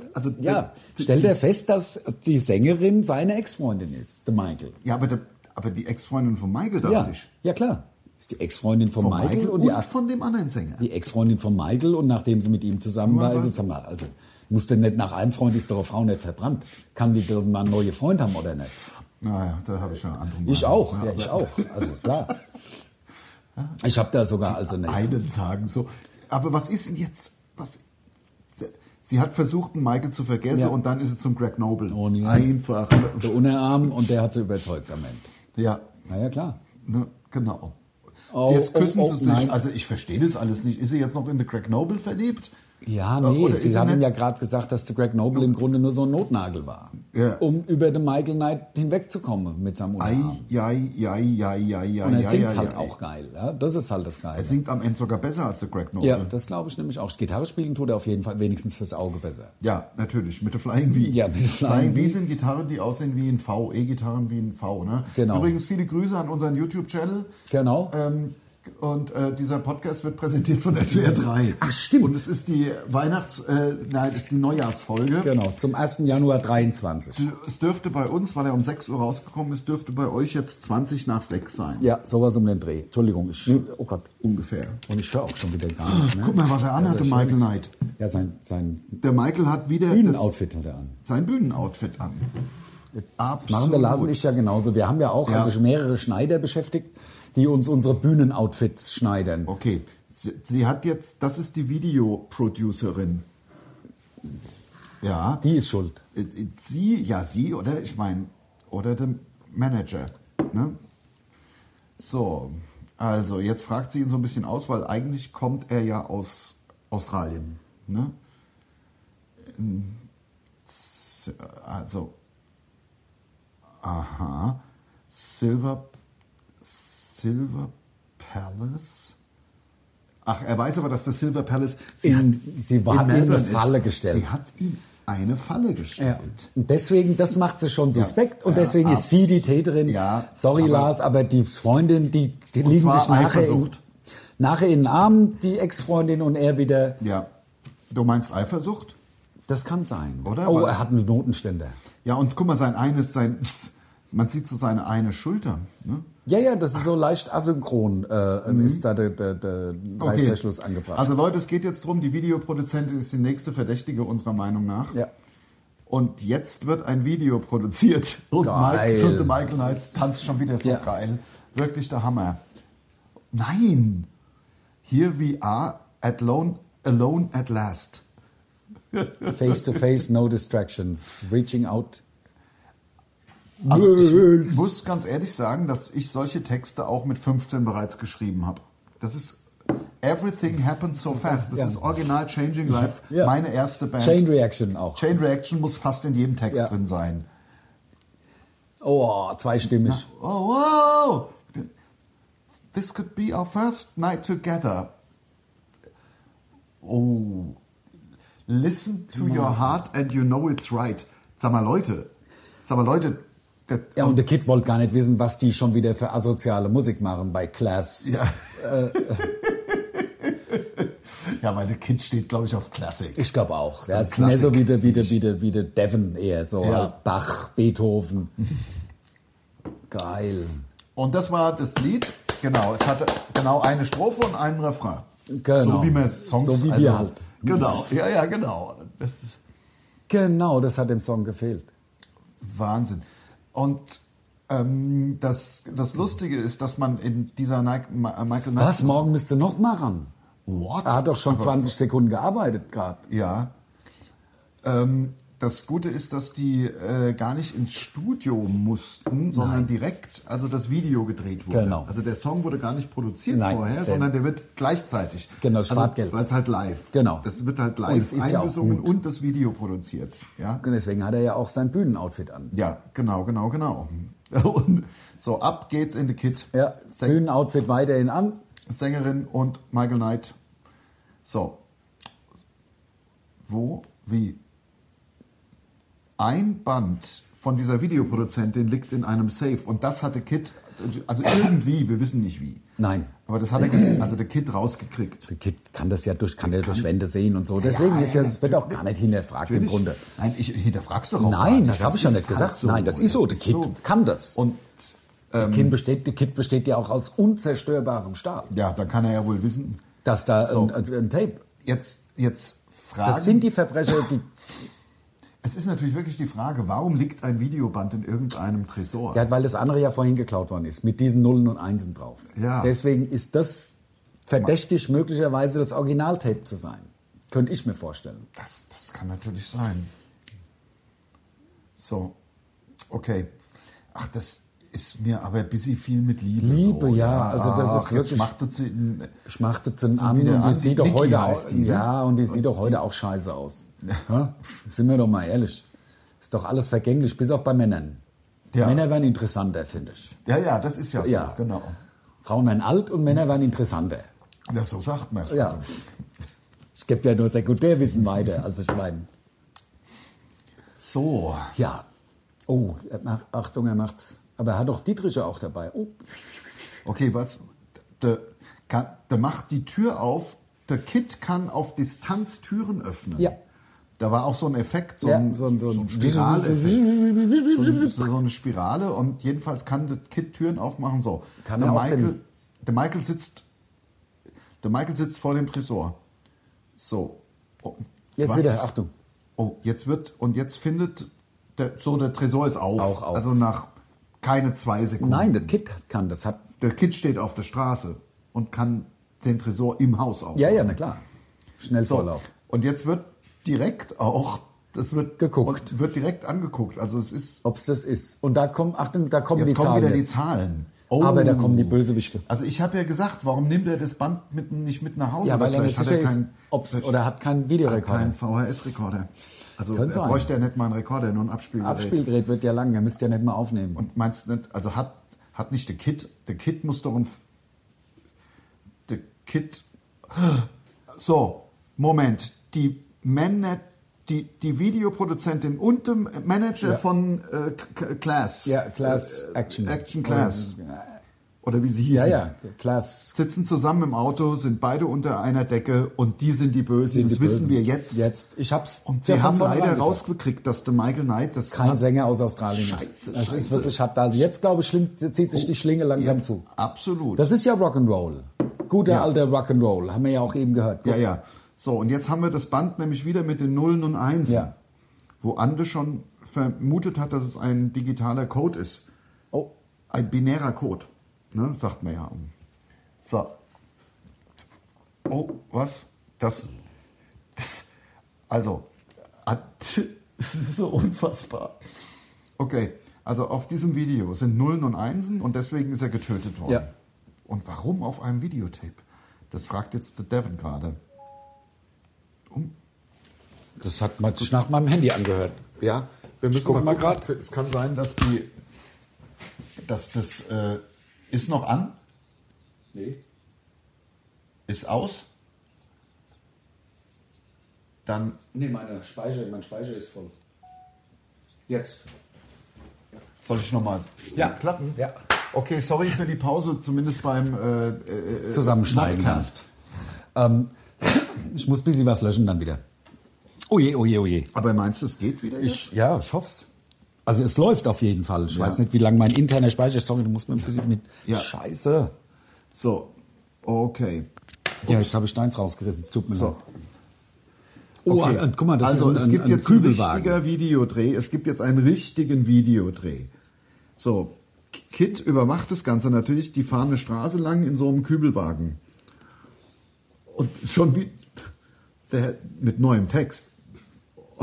C: stell dir fest, dass die Sängerin seine Ex-Freundin ist, der Michael.
B: Ja, aber die Ex-Freundin von Michael, dachte ich.
C: Ja, klar. ist die Ex-Freundin von Michael
B: und von dem anderen Sänger.
C: Die Ex-Freundin von Michael und nachdem sie mit ihm zusammen war, ist es mal, also musste nicht nach einem Freund, ist doch eine Frau nicht verbrannt. Kann die doch mal einen neuen Freund haben oder nicht?
B: Naja, da habe ich schon andere
C: Ich auch, ja, ich auch. Also klar. Ich habe da sogar also nicht.
B: Einen sagen so. Aber was ist denn jetzt? Sie hat versucht, einen Michael zu vergessen und dann ist sie zum Greg Noble.
C: Oh, nee.
B: Einfach.
C: Der Unterarm und der hat sie überzeugt am Ende.
B: Ja.
C: Na ja, klar.
B: Ne, genau.
C: Oh,
B: Jetzt küssen sie sich.
C: Nein.
B: Also ich verstehe das alles nicht. Ist sie jetzt noch in den Greg Noble verliebt?
C: Ja, nee,
B: Oder
C: sie haben ja gerade gesagt, dass der Greg Noble im Grunde nur so ein Notnagel war.
B: Ja.
C: Um über den Michael Knight hinwegzukommen mit seinem Unterarm.
B: Ja.
C: Und er singt halt auch geil. Ja? Das ist halt das Geile.
B: Er singt am Ende sogar besser als der Greg Noble.
C: Ja, das glaube ich nämlich auch. Gitarre spielen tut er auf jeden Fall wenigstens fürs Auge besser.
B: Ja, natürlich. Mit der Flying V.
C: Ja, mit der Flying V.
B: V sind Gitarren, die aussehen wie ein V. E-Gitarren wie ein V. Ne?
C: Genau.
B: Übrigens viele Grüße an unseren YouTube-Channel.
C: Genau.
B: Und dieser Podcast wird präsentiert von SWR 3.
C: Ach, stimmt.
B: Und es ist die es ist die Neujahrsfolge.
C: Genau, zum 1. Januar 23.
B: Es dürfte bei uns, weil er um 6 Uhr rausgekommen ist, dürfte bei euch jetzt 20 nach 6 sein.
C: Ja, sowas um den Dreh. Entschuldigung, oh Gott.
B: Ungefähr.
C: Und ich höre auch schon wieder gar nichts mehr.
B: Guck mal, was er anhatte, Michael Knight.
C: Ja, sein
B: Der Michael hat wieder
C: Bühnenoutfit hat er an.
B: Sein Bühnenoutfit an.
C: Das machen der Lars und ich ja genauso. Wir haben ja auch also mehrere Schneider beschäftigt, die uns unsere Bühnenoutfits schneidern.
B: Okay, sie hat jetzt, das ist die Videoproducerin. Ja.
C: Die ist schuld.
B: Sie, oder? Ich meine, oder der Manager. Ne? So, also jetzt fragt sie ihn so ein bisschen aus, weil eigentlich kommt er ja aus Australien. Ne? Also, aha, Silver Palace. Ach, er weiß aber, dass das Silver Palace...
C: Sie hat ihm eine Falle gestellt.
B: Sie hat ihm eine Falle gestellt.
C: Ja. Und deswegen, das macht sie schon suspekt. Und deswegen ist sie die Täterin.
B: Ja,
C: sorry, Lars, aber die Freundin, die liegen sich nachher in den Armen, die Ex-Freundin und er wieder...
B: Ja. Du meinst Eifersucht?
C: Das kann sein.
B: Oder?
C: Oh, er hat einen Notenständer.
B: Ja, und guck mal, man sieht so seine eine Schulter. Ne?
C: Ja, das ist so leicht asynchron, ist da der Reißverschluss angebracht.
B: Also Leute, es geht jetzt drum, die Videoproduzentin ist die nächste Verdächtige unserer Meinung nach.
C: Ja.
B: Und jetzt wird ein Video produziert. Und Michael Knight tanzt schon wieder so geil. Wirklich der Hammer. Nein! Here we are alone at last.
C: Face to face, no distractions. Reaching out.
B: Also ich muss ganz ehrlich sagen, dass ich solche Texte auch mit 15 bereits geschrieben habe. Das ist Everything Happens So Fast. Das ist Original Changing Life, meine erste Band.
C: Chain Reaction auch.
B: Chain Reaction muss fast in jedem Text drin sein.
C: Oh, zweistimmig.
B: Oh, wow! This could be our first night together. Oh, listen to your heart and you know it's right. Sag mal, Leute.
C: Und der Kid wollte gar nicht wissen, was die schon wieder für asoziale Musik machen bei Class.
B: Ja, ja, weil der Kid steht, glaube ich, auf Classic.
C: Ich glaube auch. Ja, ist mehr so wie der Devon eher. So halt Bach, Beethoven. Geil.
B: Und das war das Lied. Genau, es hatte genau eine Strophe und einen Refrain.
C: Genau.
B: So wie man Songs...
C: So wie wir halt.
B: Genau, ja, genau.
C: Das hat dem Song gefehlt.
B: Wahnsinn. Und das Lustige ist, dass man in dieser Michael Knight...
C: Was? Morgen müsste noch mal ran.
B: What?
C: Er hat doch schon 20 Sekunden gearbeitet gerade.
B: Ja. Das Gute ist, dass die gar nicht ins Studio mussten, sondern direkt, also das Video gedreht wurde.
C: Genau.
B: Also der Song wurde gar nicht produziert vorher, sondern der wird gleichzeitig.
C: Genau, Schwartgeld.
B: Weil es halt live.
C: Genau.
B: Das wird halt live eingesungen und das Video produziert. Ja?
C: Und deswegen hat er ja auch sein Bühnenoutfit an.
B: Ja, genau. Und so, ab geht's in the Kid.
C: Ja, Bühnenoutfit weiterhin an.
B: Sängerin und Michael Knight. So. Wo? Wie? Ein Band von dieser Videoproduzentin liegt in einem Safe. Und das hatte Kid, also irgendwie, wir wissen nicht wie.
C: Nein.
B: Aber das hat der Kid rausgekriegt.
C: Der Kid kann das ja durch Wände sehen und so. Deswegen das wird auch gar nicht hinterfragt im Grunde.
B: Nein, ich hinterfrag's doch auch.
C: Nein, das habe ich ja nicht gesagt. Nein, das ist so. Der Kid kann das.
B: Und
C: Der Kid besteht ja auch aus unzerstörbarem Stahl.
B: Ja, dann kann er ja wohl wissen.
C: Dass da
B: So.
C: ein Tape.
B: Jetzt Fragen.
C: Das sind die Verbrecher, die...
B: Es ist natürlich wirklich die Frage, warum liegt ein Videoband in irgendeinem Tresor?
C: Ja, weil das andere ja vorhin geklaut worden ist, mit diesen Nullen und Einsen drauf.
B: Ja.
C: Deswegen ist das verdächtig, möglicherweise das Originaltape zu sein. Könnte ich mir vorstellen.
B: Das kann natürlich sein. So, okay. Ach, das ist mir aber ein bisschen viel mit Liebe.
C: Liebe,
B: so.
C: ja, also das ist
B: jetzt
C: wirklich... Schmachtet sie
B: So
C: an
B: wieder
C: und die
B: an.
C: sieht doch
B: Niki
C: heute
B: heißt
C: auch,
B: die, ne?
C: ja, und die sieht doch heute auch scheiße aus. Ja? Sind wir doch mal ehrlich. Ist doch alles vergänglich, bis auch bei Männern.
B: Ja.
C: Männer werden interessanter, finde ich.
B: Ja, das ist ja so,
C: Ja.
B: genau.
C: Frauen werden alt und Männer werden interessanter.
B: Ja, so sagt man es.
C: Ja.
B: Also,
C: Ich gebe ja nur Sekundärwissen weiter, also ich meine.
B: so,
C: Ja. Oh, Achtung, er macht's. Aber er hat doch Dietriche auch dabei. Oh.
B: okay, was? Der macht die Tür auf, der Kid kann auf Distanz Türen öffnen.
C: Ja.
B: Da war auch so ein Effekt, so
C: Ja,
B: ein
C: so ein
B: Spiraleffekt. So eine Spirale und jedenfalls kann der Kid Türen aufmachen. So,
C: Kann
B: der
C: er auch
B: Michael sitzt vor dem Tresor. So. Oh,
C: Jetzt wieder, Achtung.
B: Oh, jetzt findet der Tresor ist auf.
C: Auch auf.
B: Also nach keine 2 Sekunden.
C: Nein, das Kind kann das.
B: Der Kid steht auf der Straße und kann den Tresor im Haus aufmachen.
C: Ja, na klar.
B: So,
C: Schnellvorlauf.
B: und jetzt wird direkt auch, das wird
C: Geguckt.
B: und wird direkt angeguckt. Also es ist,
C: Ob es das ist. Und da kommen, Achtung, da kommen
B: jetzt
C: die
B: kommen
C: Zahlen.
B: wieder die
C: jetzt.
B: Zahlen. Oh.
C: Aber da kommen die Bösewichte.
B: Also ich habe ja gesagt, warum nimmt er das Band nicht mit nach Hause?
C: Ja, weil er nicht
B: vielleicht
C: sicher
B: hat er
C: ist, ob's, oder hat keinen
B: keinen
C: Videorekorder.
B: VHS-Rekorder. Also
C: Könnte
B: er
C: sein.
B: bräuchte ja nicht mal einen Rekorder, nur ein Abspielgerät.
C: Abspielgerät wird ja lang, er müsste ja nicht mal aufnehmen.
B: Und meinst du nicht, also hat nicht der Kid muss doch der Kid, so, Moment, die Videoproduzentin und der Manager von Class.
C: Ja, Class Action.
B: Action Class. Oder wie sie hießen.
C: Ja, Class.
B: Sitzen zusammen im Auto, sind beide unter einer Decke und die sind die Bösen. Das wissen wir jetzt.
C: Ich hab's.
B: Und sie haben leider rausgekriegt, dass der Michael Knight das
C: Kein Sänger aus Australien
B: Scheiße,
C: ist. Das ist
B: Scheiße.
C: wirklich hart. Also jetzt, glaube ich, zieht sich die Schlinge langsam zu.
B: Absolut.
C: Das ist ja Rock'n'Roll. Guter alter Rock'n'Roll. Haben wir ja auch eben gehört.
B: Ja. So, und jetzt haben wir das Band nämlich wieder mit den Nullen und Einsen.
C: Ja.
B: Wo Ande schon vermutet hat, dass es ein digitaler Code ist.
C: Oh.
B: Ein binärer Code. Ne, sagt man ja. So. Oh, was? Also, das ist so unfassbar. Okay, also auf diesem Video sind Nullen und Einsen und deswegen ist er getötet worden.
C: Ja.
B: Und warum auf einem Videotape? Das fragt jetzt der Devin gerade.
C: Das hat man sich nach meinem Handy angehört.
B: Ja, wir müssen
C: guck mal
B: gucken.
C: grad.
B: Es kann sein, dass das ist noch an,
C: Nee.
B: ist aus. Dann
C: Nee, mein Speicher ist voll. Jetzt.
B: soll ich nochmal klappen?
C: Ja.
B: Okay, sorry für die Pause, zumindest beim
C: Zusammenschneiden.
B: Podcast.
C: Ich muss ein bisschen was löschen dann wieder. Oje.
B: Aber meinst du, es geht wieder jetzt?
C: Ich hoff's. Also es läuft auf jeden Fall. Ich weiß nicht, wie lange mein interner Speicher ist. Sorry, du musst mir ein bisschen mit...
B: Ja.
C: Scheiße.
B: So, okay.
C: Ja, jetzt habe ich deins rausgerissen. Es tut mir
B: So.
C: leid. Oh,
B: Okay.
C: guck mal, das
B: also,
C: ist
B: es gibt
C: ein
B: jetzt ein
C: Kübelwagen.
B: richtiger Videodreh. Es gibt jetzt einen richtigen Videodreh. So, Kid überwacht das Ganze natürlich. Die fahren eine Straße lang in so einem Kübelwagen. Und schon wie mit neuem Text. Oh.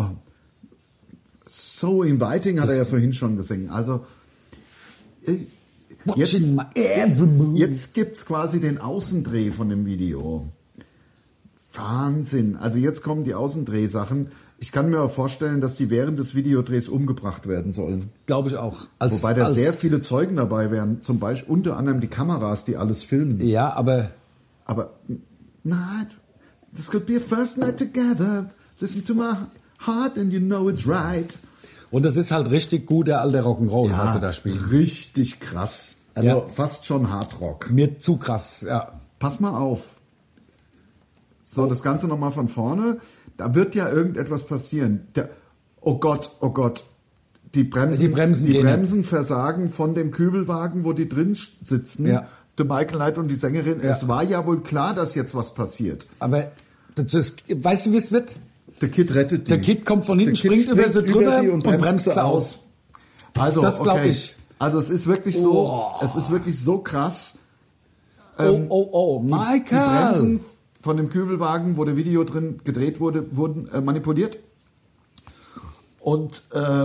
B: So inviting hat er ja vorhin schon gesungen. Also
C: Watching my every move.
B: jetzt gibt's quasi den Außendreh von dem Video. Wahnsinn. Also jetzt kommen die Außendrehsachen. Ich kann mir auch vorstellen, dass die während des Videodrehs umgebracht werden sollen.
C: Glaube ich auch.
B: Wobei da sehr viele Zeugen dabei wären. Zum Beispiel unter anderem die Kameras, die alles filmen.
C: Ja, aber
B: Aber nein, this could be a first night together. Listen to my heart and you know it's right.
C: und das ist halt richtig guter alter Rock'n'Roll, was sie da spielen.
B: Richtig krass. Also
C: Ja.
B: fast schon Hardrock.
C: Mir zu krass, ja.
B: Pass mal auf. So, das Ganze nochmal von vorne. Da wird ja irgendetwas passieren. Oh Gott. die Bremsen,
C: Bremsen
B: die
C: gehen
B: Bremsen versagen von dem Kübelwagen, wo die drin sitzen.
C: Ja.
B: Der Michael Knight und die Sängerin.
C: Ja.
B: Es war ja wohl klar, dass jetzt was passiert.
C: Aber weißt du, wie es wird?
B: Der Kid rettet die.
C: Der Kid kommt von hinten,
B: Der Kid
C: springt über sie drüber
B: die
C: und bremst sie aus.
B: Also,
C: Das glaub
B: okay.
C: ich.
B: Also es ist wirklich so, es ist wirklich so krass.
C: Michael!
B: Die Bremsen von dem Kübelwagen, wo der Video drin gedreht wurde, wurden manipuliert. Und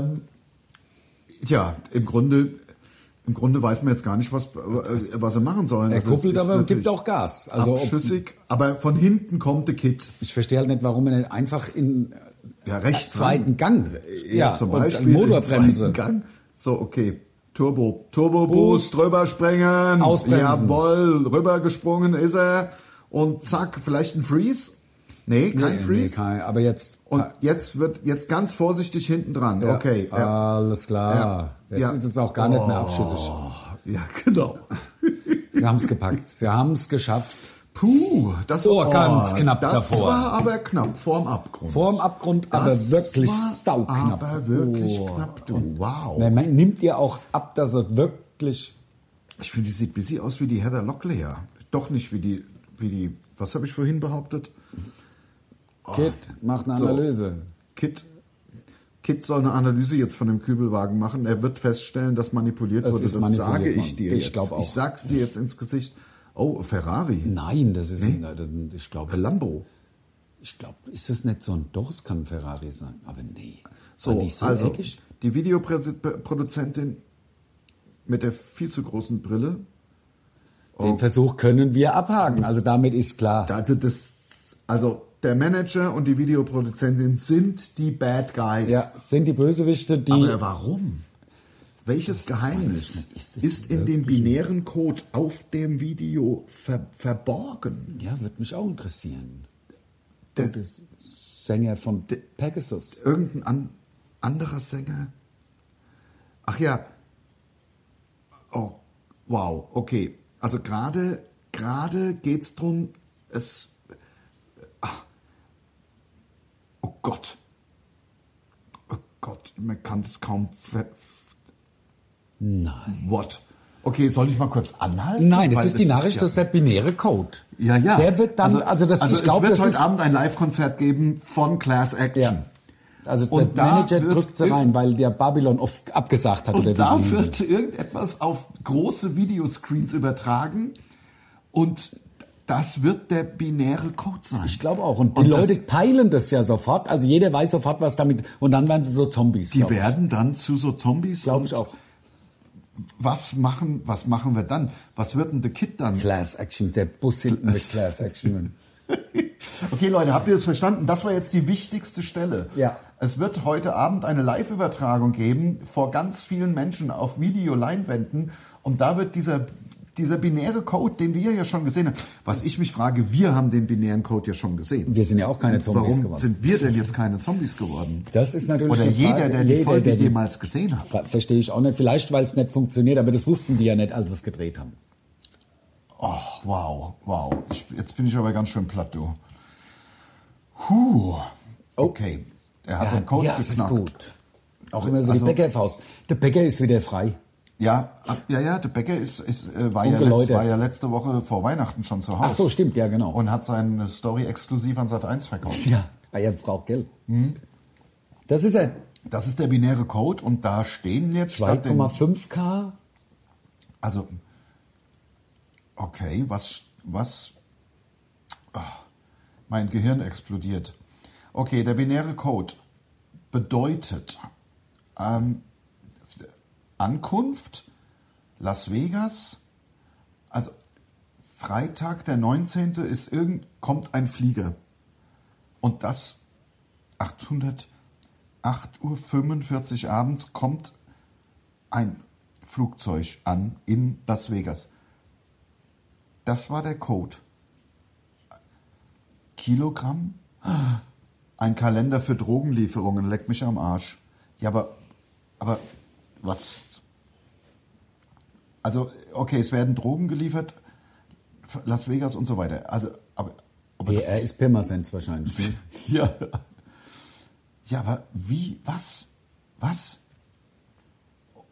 B: ja, im Grunde weiß man jetzt gar nicht, was sie machen sollen.
C: Er kuppelt aber und gibt auch Gas. Also
B: abschüssig, aber von hinten kommt der Kid.
C: Ich verstehe halt nicht, warum er nicht einfach in
B: rechts
C: zweiten Gang.
B: Ja, zum Beispiel
C: Motorbremse.
B: in zweiten Gang. So, okay. Turbo-Boost, drüberspringen.
C: Ausbremsen.
B: Jawohl, rübergesprungen ist er. Und zack, vielleicht ein Freeze. Nee, kein Freeze.
C: Aber jetzt.
B: Und jetzt ganz vorsichtig hinten dran.
C: Ja,
B: Okay. Ja.
C: Alles klar. Jetzt ist es auch gar nicht mehr abschüssig.
B: Ja, genau.
C: Sie haben es gepackt. Sie haben es geschafft.
B: Puh, das
C: war ganz knapp
B: das
C: davor.
B: Das war aber knapp, vorm Abgrund.
C: Vorm Abgrund, aber wirklich sauknapp.
B: Aber wirklich knapp, du. Wow.
C: Man nimmt ihr auch ab, dass er wirklich...
B: Ich finde, die sieht ein bisschen aus wie die Heather Locklear. Doch nicht wie die, was habe ich vorhin behauptet?
C: Kid macht eine Analyse.
B: Kid soll eine Analyse jetzt von dem Kübelwagen machen. Er wird feststellen, dass manipuliert wurde. Das sage ich dir jetzt.
C: Glaub auch.
B: Ich sag's dir jetzt ins Gesicht. Oh, Ferrari.
C: Nein, das ist,
B: nee?
C: Ich glaube,
B: Lambo.
C: Ich glaube, ist das nicht so ein, doch, es kann ein Ferrari sein, aber nee.
B: So,
C: die so
B: also,
C: eckig?
B: Die Videoproduzentin mit der viel zu großen Brille.
C: Den Versuch können wir abhaken, also damit ist klar.
B: Also der Manager und die Videoproduzentin sind die Bad Guys.
C: Ja, sind die Bösewichte, die...
B: Aber warum? Welches Geheimnis ist in dem binären Code auf dem Video verborgen?
C: Ja, würde mich auch interessieren. Der Sänger von Pegasus.
B: Irgendein anderer Sänger? Ach ja. Oh, wow, okay. Also gerade geht's drum, oh Gott, man kann es kaum...
C: Nein.
B: What? Okay, soll ich mal kurz anhalten?
C: Nein, es ist die Nachricht, das ist der binäre Code.
B: Ja.
C: Der wird dann,
B: ich glaube, es wird heute Abend ein Live-Konzert geben von Class Action.
C: Ja. Also der Manager drückt sie rein, weil der Babylon abgesagt hat.
B: Und
C: oder
B: da wird irgendetwas auf große Videoscreens übertragen und das wird der binäre Code sein.
C: Ich glaube auch. Und die Leute peilen das ja sofort. Also jeder weiß sofort, was damit... Und dann werden sie so Zombies.
B: Die werden dann zu so Zombies.
C: Glaube ich auch.
B: Was machen wir dann? Was wird denn der Kid dann?
C: Class Action, der Bus hinten mit Class Action.
B: Okay, Leute, habt ihr das verstanden? Das war jetzt die wichtigste Stelle.
C: Ja.
B: Es wird heute Abend eine Live-Übertragung geben vor ganz vielen Menschen auf Videoleinwänden und da wird dieser binäre Code, den wir ja schon gesehen haben. Was ich mich frage, wir haben den binären Code ja schon gesehen.
C: Wir sind ja auch keine Zombies
B: geworden.
C: Warum
B: sind wir denn jetzt keine Zombies geworden?
C: Das ist natürlich
B: Oder
C: eine Frage.
B: Jeder, der die Folge jemals gesehen hat.
C: Verstehe ich auch nicht. Vielleicht, weil es nicht funktioniert, aber das wussten die ja nicht, als sie es gedreht haben.
B: Ach, wow. Jetzt bin ich aber ganz schön platt, du. Okay. Er hat den Code geknackt.
C: Das ist gut. Auch immer so die Bäckerfaust. Der Bäcker ist wieder frei.
B: Ja, der Bäcker war ja letzte Woche vor Weihnachten schon zu Hause.
C: Ach so, stimmt, ja, genau.
B: Und hat seine Story exklusiv an Sat.1 verkauft.
C: Ja, er braucht Geld. Das ist er.
B: Das ist der binäre Code und da stehen jetzt
C: 2,5K.
B: Also, okay, mein Gehirn explodiert. Okay, der binäre Code bedeutet Ankunft, Las Vegas, also Freitag, der 19. kommt ein Flieger. Und das 8:45 Uhr abends kommt ein Flugzeug an in Las Vegas. Das war der Code. Kilogramm? Ein Kalender für Drogenlieferungen, leck mich am Arsch. Ja, aber was... Also, okay, es werden Drogen geliefert, Las Vegas und so weiter. Also, aber
C: er ist Pirmasens wahrscheinlich. Ne?
B: Ja. Ja, aber wie, was?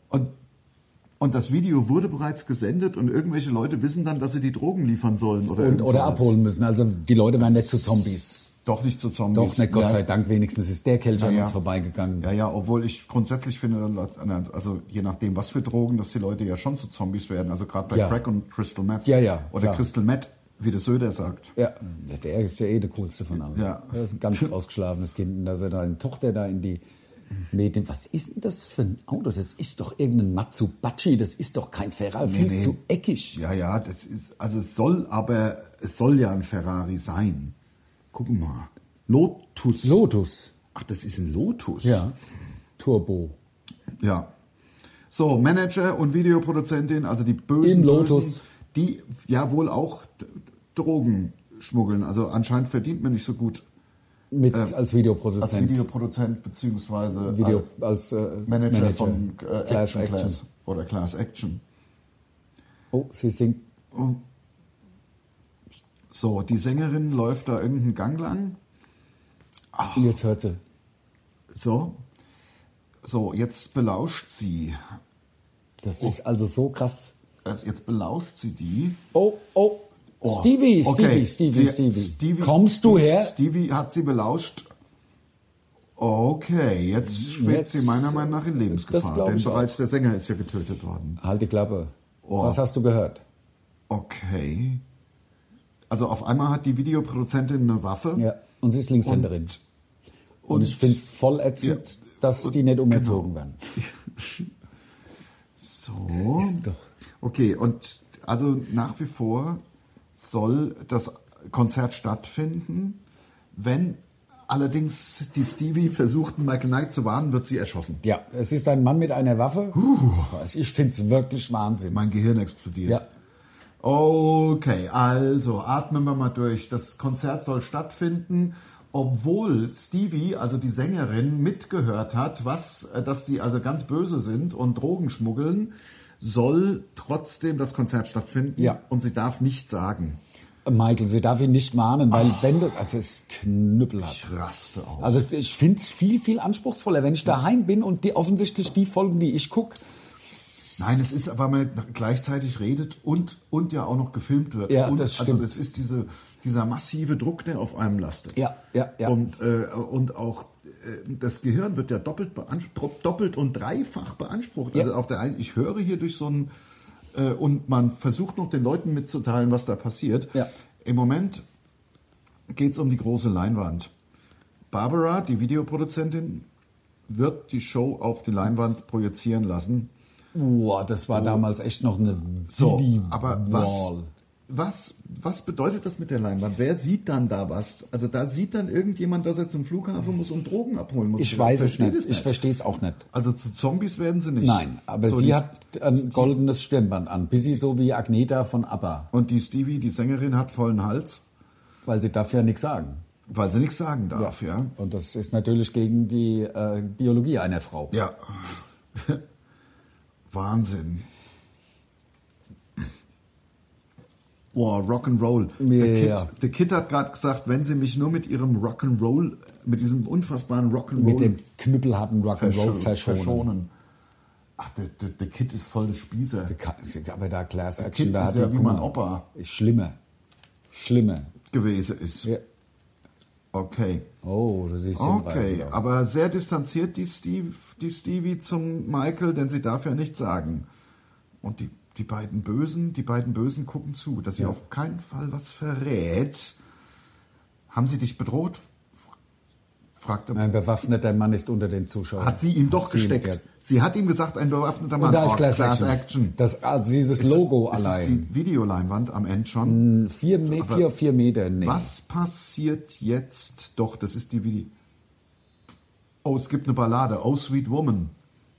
B: Und das Video wurde bereits gesendet und irgendwelche Leute wissen dann, dass sie die Drogen liefern sollen oder
C: Oder abholen müssen. Also die Leute werden nicht zu Zombies.
B: Doch nicht zu Zombies.
C: Doch nicht, Gott sei Dank, wenigstens ist der Kelch an uns vorbeigegangen.
B: Ja, obwohl ich grundsätzlich finde, also je nachdem, was für Drogen, dass die Leute ja schon zu Zombies werden. Also gerade bei Crack und Crystal Meth.
C: Ja,
B: oder
C: klar.
B: Crystal Meth, wie der Söder sagt.
C: Ja, der ist ja der coolste von allen.
B: Ja.
C: Er ist ein ganz ausgeschlafenes Kind. Und dass er da eine Tochter da in die Medien... Was ist denn das für ein Auto? Das ist doch irgendein Matsubachi. Das ist doch kein Ferrari. Viel zu eckig.
B: Ja, das ist... Also es soll ja ein Ferrari sein. Guck mal. Lotus. Ach, das ist ein Lotus?
C: Ja. Turbo.
B: Ja. So, Manager und Videoproduzentin, also die bösen
C: Im Lotus.
B: Bösen, die ja wohl auch Drogen schmuggeln. Also anscheinend verdient man nicht so gut
C: Als Videoproduzent.
B: als Videoproduzent beziehungsweise
C: als
B: Manager von
C: Class Action.
B: oder Class Action.
C: Oh, sie singt.
B: So, die Sängerin läuft da irgendeinen Gang lang.
C: Jetzt hört sie.
B: So, jetzt belauscht sie.
C: Das ist also so krass.
B: Also jetzt belauscht sie die.
C: Oh. Stevie. Kommst du her?
B: Stevie hat sie belauscht. Okay, jetzt schwebt sie meiner Meinung nach in
C: Das
B: Lebensgefahr.
C: glaub
B: Denn
C: ich
B: bereits der Sänger ist ja getötet worden.
C: Halt die Klappe. Was hast du gehört?
B: Okay. Also auf einmal hat die Videoproduzentin eine Waffe.
C: Ja, und sie ist Linkshänderin. Und ich finde es voll ätzend, dass die nicht umerzogen werden.
B: So.
C: Ist doch...
B: Okay, und also nach wie vor soll das Konzert stattfinden. Wenn allerdings die Stevie versucht, Michael Knight zu warnen, wird sie erschossen.
C: Ja, es ist ein Mann mit einer Waffe. Ich finde es wirklich Wahnsinn.
B: Mein Gehirn explodiert.
C: Ja.
B: Okay, also atmen wir mal durch. Das Konzert soll stattfinden, obwohl Stevie, also die Sängerin, mitgehört hat, dass sie also ganz böse sind und Drogen schmuggeln, soll trotzdem das Konzert stattfinden.
C: Ja.
B: Und sie darf nichts sagen.
C: Michael, sie darf ihn nicht warnen, weil wenn das, also es ist knüppelhart.
B: Ich raste aus.
C: Also ich finde es viel, viel anspruchsvoller, wenn ich daheim bin und offensichtlich die Folgen, die ich gucke.
B: Nein, es ist, weil man gleichzeitig redet und ja auch noch gefilmt wird.
C: Ja,
B: und,
C: das stimmt.
B: Also es ist dieser massive Druck, der auf einem lastet.
C: Ja.
B: Und auch das Gehirn wird ja doppelt und dreifach beansprucht.
C: Ja.
B: Also auf der einen, ich höre hier durch so ein und man versucht noch den Leuten mitzuteilen, was da passiert.
C: Ja.
B: Im Moment geht es um die große Leinwand. Barbara, die Videoproduzentin, wird die Show auf die Leinwand projizieren lassen.
C: Boah, das war damals echt noch eine
B: aber was bedeutet das mit der Leinwand? Wer sieht dann da was? Also da sieht dann irgendjemand, dass er zum Flughafen muss und Drogen abholen muss.
C: Ich weiß es nicht. Ich verstehe es auch nicht.
B: Also zu Zombies werden sie nicht.
C: Nein, aber
B: so,
C: sie hat ein goldenes Stirnband an. Busy so wie Agneta von ABBA.
B: Und die Stevie, die Sängerin, hat vollen Hals.
C: Weil sie darf ja nichts sagen.
B: Weil sie nichts sagen darf, ja.
C: Und das ist natürlich gegen die Biologie einer Frau.
B: Ja. Wahnsinn. Boah, Rock'n'Roll.
C: Ja.
B: The Kid hat gerade gesagt, wenn sie mich nur mit ihrem Rock'n'Roll, mit diesem unfassbaren Rock'n'Roll
C: Mit dem knüppelharten Rock'n'Roll verschonen.
B: Ach, der Kid ist voll der Spießer.
C: Aber da Class
B: Der
C: Action,
B: Kid
C: da
B: ist
C: hat
B: ja
C: die,
B: wie
C: guck
B: mein
C: mal,
B: Opa
C: ist schlimmer.
B: gewesen ist.
C: Ja.
B: Okay.
C: Oh, du siehst
B: Okay, aber sehr distanziert die Stevie zum Michael, denn sie darf ja nichts sagen. Und die beiden Bösen gucken zu, dass sie auf keinen Fall was verrät. Haben sie dich bedroht? Fragte.
C: Ein bewaffneter Mann ist unter den Zuschauern.
B: Hat sie ihm doch gesteckt. Sie hat ihm gesagt, ein bewaffneter Mann.
C: Und da ist Class
B: Action.
C: Also dieses Logo allein.
B: Ist die Videoleinwand am Ende schon?
C: 4 Meter. Nee.
B: Was passiert jetzt? Doch, das ist die Video. Oh, es gibt eine Ballade. Oh, Sweet Woman.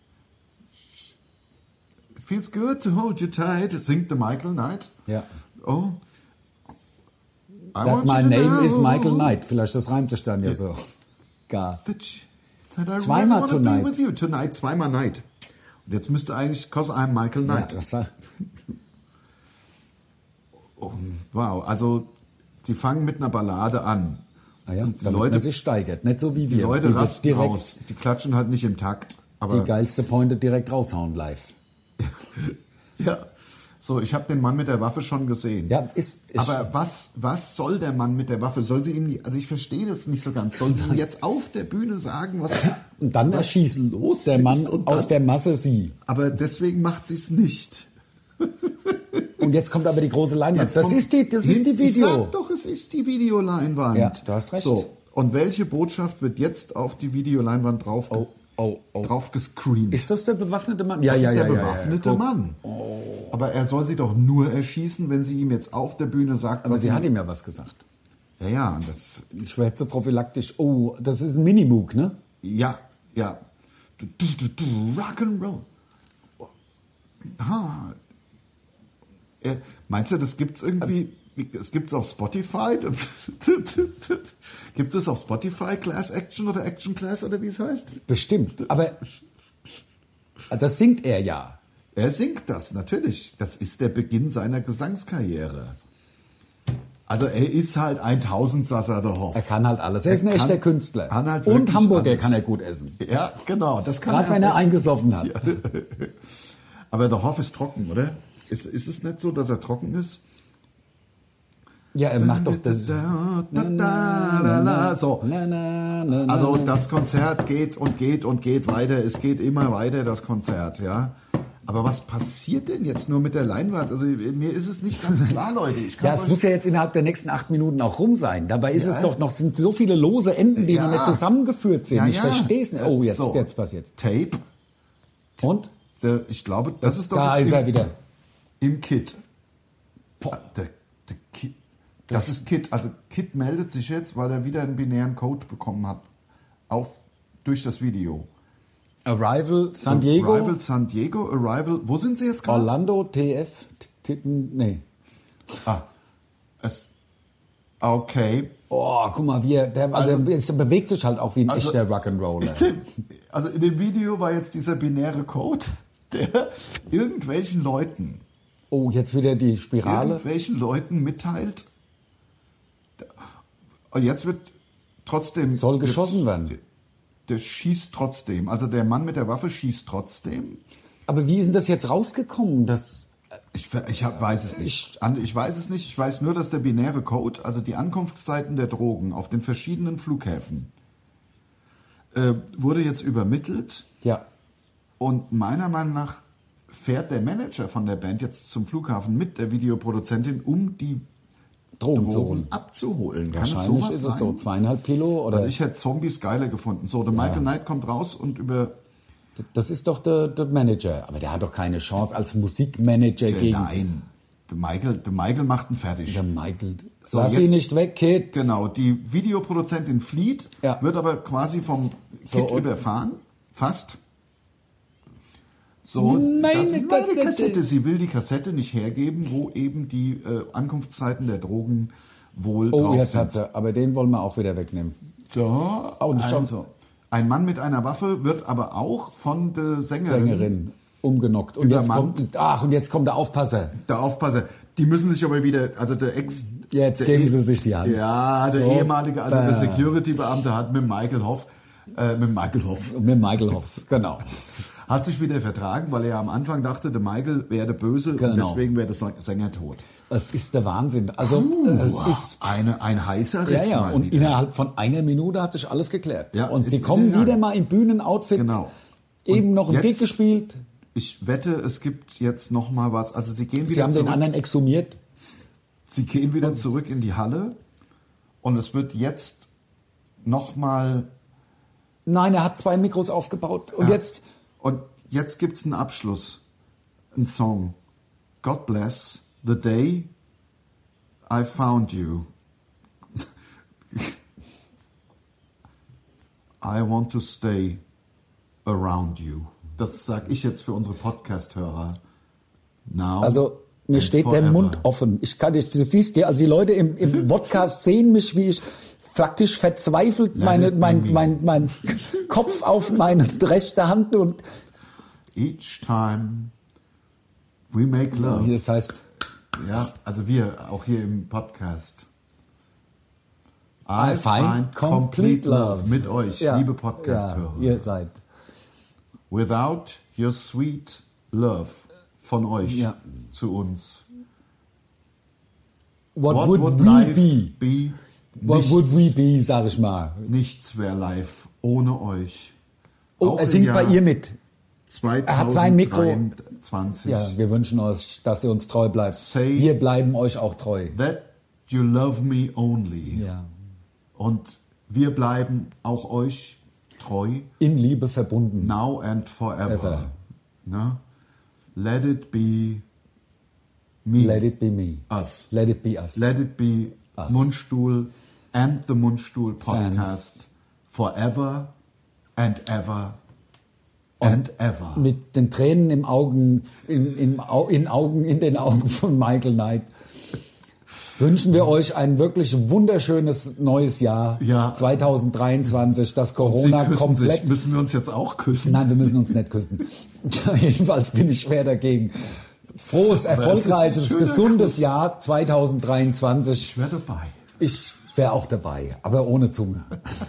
B: Feels good to hold you tight, singt der Michael Knight.
C: Ja.
B: Oh.
C: My name is Michael Knight. Vielleicht das reimt sich dann ja so. Gar. Zweimal Tonight.
B: With you. Tonight, zweimal Night. Und jetzt müsste eigentlich, cause I'm Michael Knight.
C: Ja,
B: oh, wow, also sie fangen mit einer Ballade an.
C: Ah ja,
B: und die
C: damit
B: Leute
C: man sich steigert. Nicht so wie wir.
B: Die Leute rasten
C: direkt
B: aus. Die klatschen halt nicht im Takt. Aber
C: die geilste Pointe direkt raushauen live.
B: ja, so, ich habe den Mann mit der Waffe schon gesehen.
C: Ja,
B: aber was soll der Mann mit der Waffe? Soll sie ihm, also ich verstehe das nicht so ganz, soll sie ihm jetzt auf der Bühne sagen, was
C: und dann erschießt
B: los
C: der Mann
B: ist
C: aus der Masse sie.
B: Aber deswegen macht sie es nicht.
C: Und jetzt kommt aber die große Leinwand. Das ist die
B: Ich
C: Video.
B: sag doch, es ist die Videoleinwand.
C: Ja, du hast recht.
B: So, und welche Botschaft wird jetzt auf die Videoleinwand drauf gescreent?
C: Ist das der bewaffnete Mann?
B: Das ist der bewaffnete Mann. Aber er soll sie doch nur erschießen, wenn sie ihm jetzt auf der Bühne sagt,
C: Aber sie hat ihm ja was gesagt.
B: Ja, das...
C: Ich werde so prophylaktisch. Oh, das ist ein Minimoog, ne?
B: Ja. Rock'n'Roll. Meinst du, das gibt's irgendwie... Es gibt's auf Spotify? Gibt es auf Spotify Class Action oder Action Class oder wie es heißt?
C: Bestimmt. Aber das singt er ja.
B: Er singt das, natürlich. Das ist der Beginn seiner Gesangskarriere. Also er ist halt ein Tausendsasser, der Hoff.
C: Er kann halt alles. Er ist ein echter Künstler.
B: Halt
C: und Hamburger
B: alles.
C: kann er gut essen.
B: Ja, genau. Das kann
C: Gerade wenn er eingesoffen hat.
B: Ja. Aber der Hoff ist trocken, oder? Ist es nicht so, dass er trocken ist?
C: Ja, er macht doch das.
B: So. Also das Konzert geht und geht und geht weiter. Es geht immer weiter, das Konzert, ja. Aber was passiert denn jetzt nur mit der Leinwand? Also mir ist es nicht ganz klar, Leute.
C: Es muss ja jetzt innerhalb der nächsten 8 Minuten auch rum sein. Dabei ist es doch noch, sind so viele lose Enden, die noch nicht zusammengeführt sind. Ich verstehe es nicht. Oh, jetzt passiert's.
B: Tape.
C: Und?
B: Ich glaube, das ist doch
C: da
B: jetzt
C: ist er wieder.
B: Im Kit. Der Kit. Das ist Kit. Also Kit meldet sich jetzt, weil er wieder einen binären Code bekommen hat. Durch das Video.
C: Arrival San Diego.
B: Arrival. Wo sind sie jetzt gerade?
C: Orlando, TF. Nee.
B: Okay.
C: Oh, guck mal, es bewegt sich halt auch wie ein echter Rock'n'Roller.
B: Also in dem Video war jetzt dieser binäre Code, der irgendwelchen Leuten...
C: Oh, jetzt wieder die Spirale.
B: Irgendwelchen Leuten mitteilt... Und jetzt wird trotzdem...
C: Soll geschossen werden.
B: Der schießt trotzdem. Also der Mann mit der Waffe schießt trotzdem.
C: Aber wie ist denn das jetzt rausgekommen?
B: Ich weiß es nicht. Ich weiß es nicht. Ich weiß nur, dass der binäre Code, also die Ankunftszeiten der Drogen auf den verschiedenen Flughäfen, wurde jetzt übermittelt.
C: Ja.
B: Und meiner Meinung nach fährt der Manager von der Band jetzt zum Flughafen mit der Videoproduzentin, um die Drogen abzuholen.
C: Wahrscheinlich ist es so 2,5 Kilo. Oder?
B: Also ich hätte Zombies geiler gefunden. So, der Michael Knight kommt raus und über...
C: Das ist doch der Manager. Aber der hat doch keine Chance als Musikmanager gegen...
B: Nein, der Michael macht ihn fertig.
C: Der Michael... So, lass ihn nicht weg, Kid.
B: Genau, die Videoproduzentin flieht, wird aber quasi vom Kid überfahren. Fast. So, das ist meine Kassette. Sie will die Kassette nicht hergeben, wo eben die Ankunftszeiten der Drogen wohl drauf
C: jetzt
B: sind.
C: hat sie. Aber den wollen wir auch wieder wegnehmen.
B: Ja, also, ein Mann mit einer Waffe wird aber auch von der Sängerin umgenockt.
C: Und jetzt kommt der Aufpasser.
B: Der Aufpasser. Die müssen sich aber wieder, also
C: Jetzt geben sie sich die Hand.
B: Ja, der ehemalige, also der Security-Beamte hat mit Michael Hoff,
C: genau.
B: Hat sich wieder vertragen, weil er am Anfang dachte, der Michael wäre böse und deswegen wäre der Sänger tot.
C: Das ist der Wahnsinn. Also es ist
B: ein heißer Ritt.
C: Ja, und innerhalb von 1 Minute hat sich alles geklärt.
B: Ja,
C: und sie kommen wieder mal im Bühnenoutfit.
B: Genau.
C: Eben noch ein Gig gespielt.
B: Ich wette, es gibt jetzt noch mal was. Also sie gehen wieder
C: Sie haben
B: zurück.
C: den anderen exhumiert.
B: Sie gehen wieder zurück in die Halle und es wird jetzt noch mal...
C: Nein, er hat 2 Mikros aufgebaut und jetzt...
B: Und jetzt gibt's einen Abschluss, einen Song. God bless the day I found you. I want to stay around you. Das sag ich jetzt für unsere Podcast-Hörer. Now
C: also mir steht
B: forever.
C: Der Mund offen. Du siehst ja, also die Leute im Podcast sehen mich, wie ich praktisch verzweifelt mein Kopf auf meine rechte Hand und
B: each time we make love.
C: Das heißt,
B: ja, also wir auch hier im Podcast.
C: I find complete love
B: mit euch, liebe Podcast-Hörer.
C: Ja, ihr seid.
B: Without your sweet love von euch zu uns.
C: What would we
B: life
C: be? What would we be, sag ich mal.
B: Nichts wäre live ohne euch.
C: Oh, er singt bei ihr mit.
B: 2023.
C: Er hat sein Mikro. Ja, wir wünschen euch, dass ihr uns treu bleibt. Wir bleiben euch auch treu.
B: That you love me only.
C: Ja.
B: Und wir bleiben auch euch treu.
C: In Liebe verbunden.
B: Now and forever. Ne? Let it be me.
C: Let it be me.
B: Us.
C: Let it be us.
B: Let it be us. Mundstuhl and the Mundstuhl Podcast. Forever and ever and ever.
C: Mit den Tränen im Augen, in den Augen von Michael Knight wünschen wir euch ein wirklich wunderschönes neues Jahr 2023, das Corona komplett...
B: Müssen wir uns jetzt auch küssen?
C: Nein, wir müssen uns nicht küssen. Jedenfalls bin ich schwer dagegen. Frohes, erfolgreiches, gesundes Jahr 2023.
B: Ich wäre dabei.
C: Ich wäre auch dabei, aber ohne Zunge.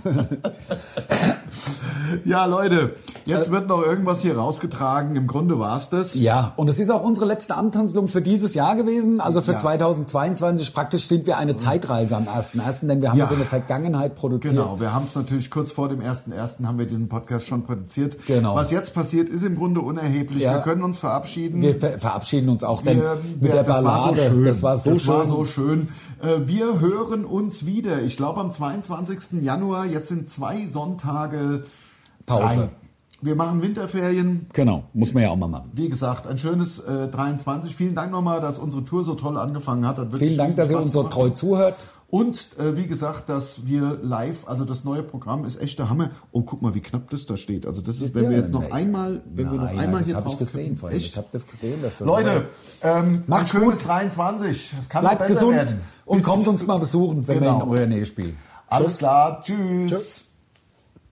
B: Ja, Leute, jetzt wird noch irgendwas hier rausgetragen. Im Grunde war es das.
C: Ja, und es ist auch unsere letzte Amtshandlung für dieses Jahr gewesen. Also für 2022 praktisch sind wir eine Zeitreise am 1.1., denn wir haben so eine Vergangenheit produziert.
B: Genau, wir haben es natürlich kurz vor dem 1.1. haben wir diesen Podcast schon produziert.
C: Genau.
B: Was jetzt passiert, ist im Grunde unerheblich. Wir können uns verabschieden.
C: Wir verabschieden uns auch, denn mit der Ballade, das war so schön.
B: Wir hören uns wieder. Ich glaube am 22. Januar. Jetzt sind 2 Sonntage
C: Pause.
B: Frei. Wir machen Winterferien.
C: Genau, muss man ja auch mal machen.
B: Wie gesagt, ein schönes 23. Vielen Dank nochmal, dass unsere Tour so toll angefangen hat.
C: Vielen Dank, dass ihr uns so treu zuhört.
B: Und wie gesagt, dass wir live, also das neue Programm ist echt der Hammer. Oh, guck mal, wie knapp das da steht. Also das ist, wenn wir jetzt noch einmal, wir noch einmal hier
C: drauf... Das habe ich gesehen vorhin.
B: Echt?
C: Ich habe das gesehen, dass das...
B: Leute,
C: macht
B: ein schönes 23. Es kann
C: bleibt
B: besser
C: gesund
B: werden.
C: Und kommt uns mal besuchen, wenn wir in eurer Nähe spielen.
B: Alles klar. Tschüss.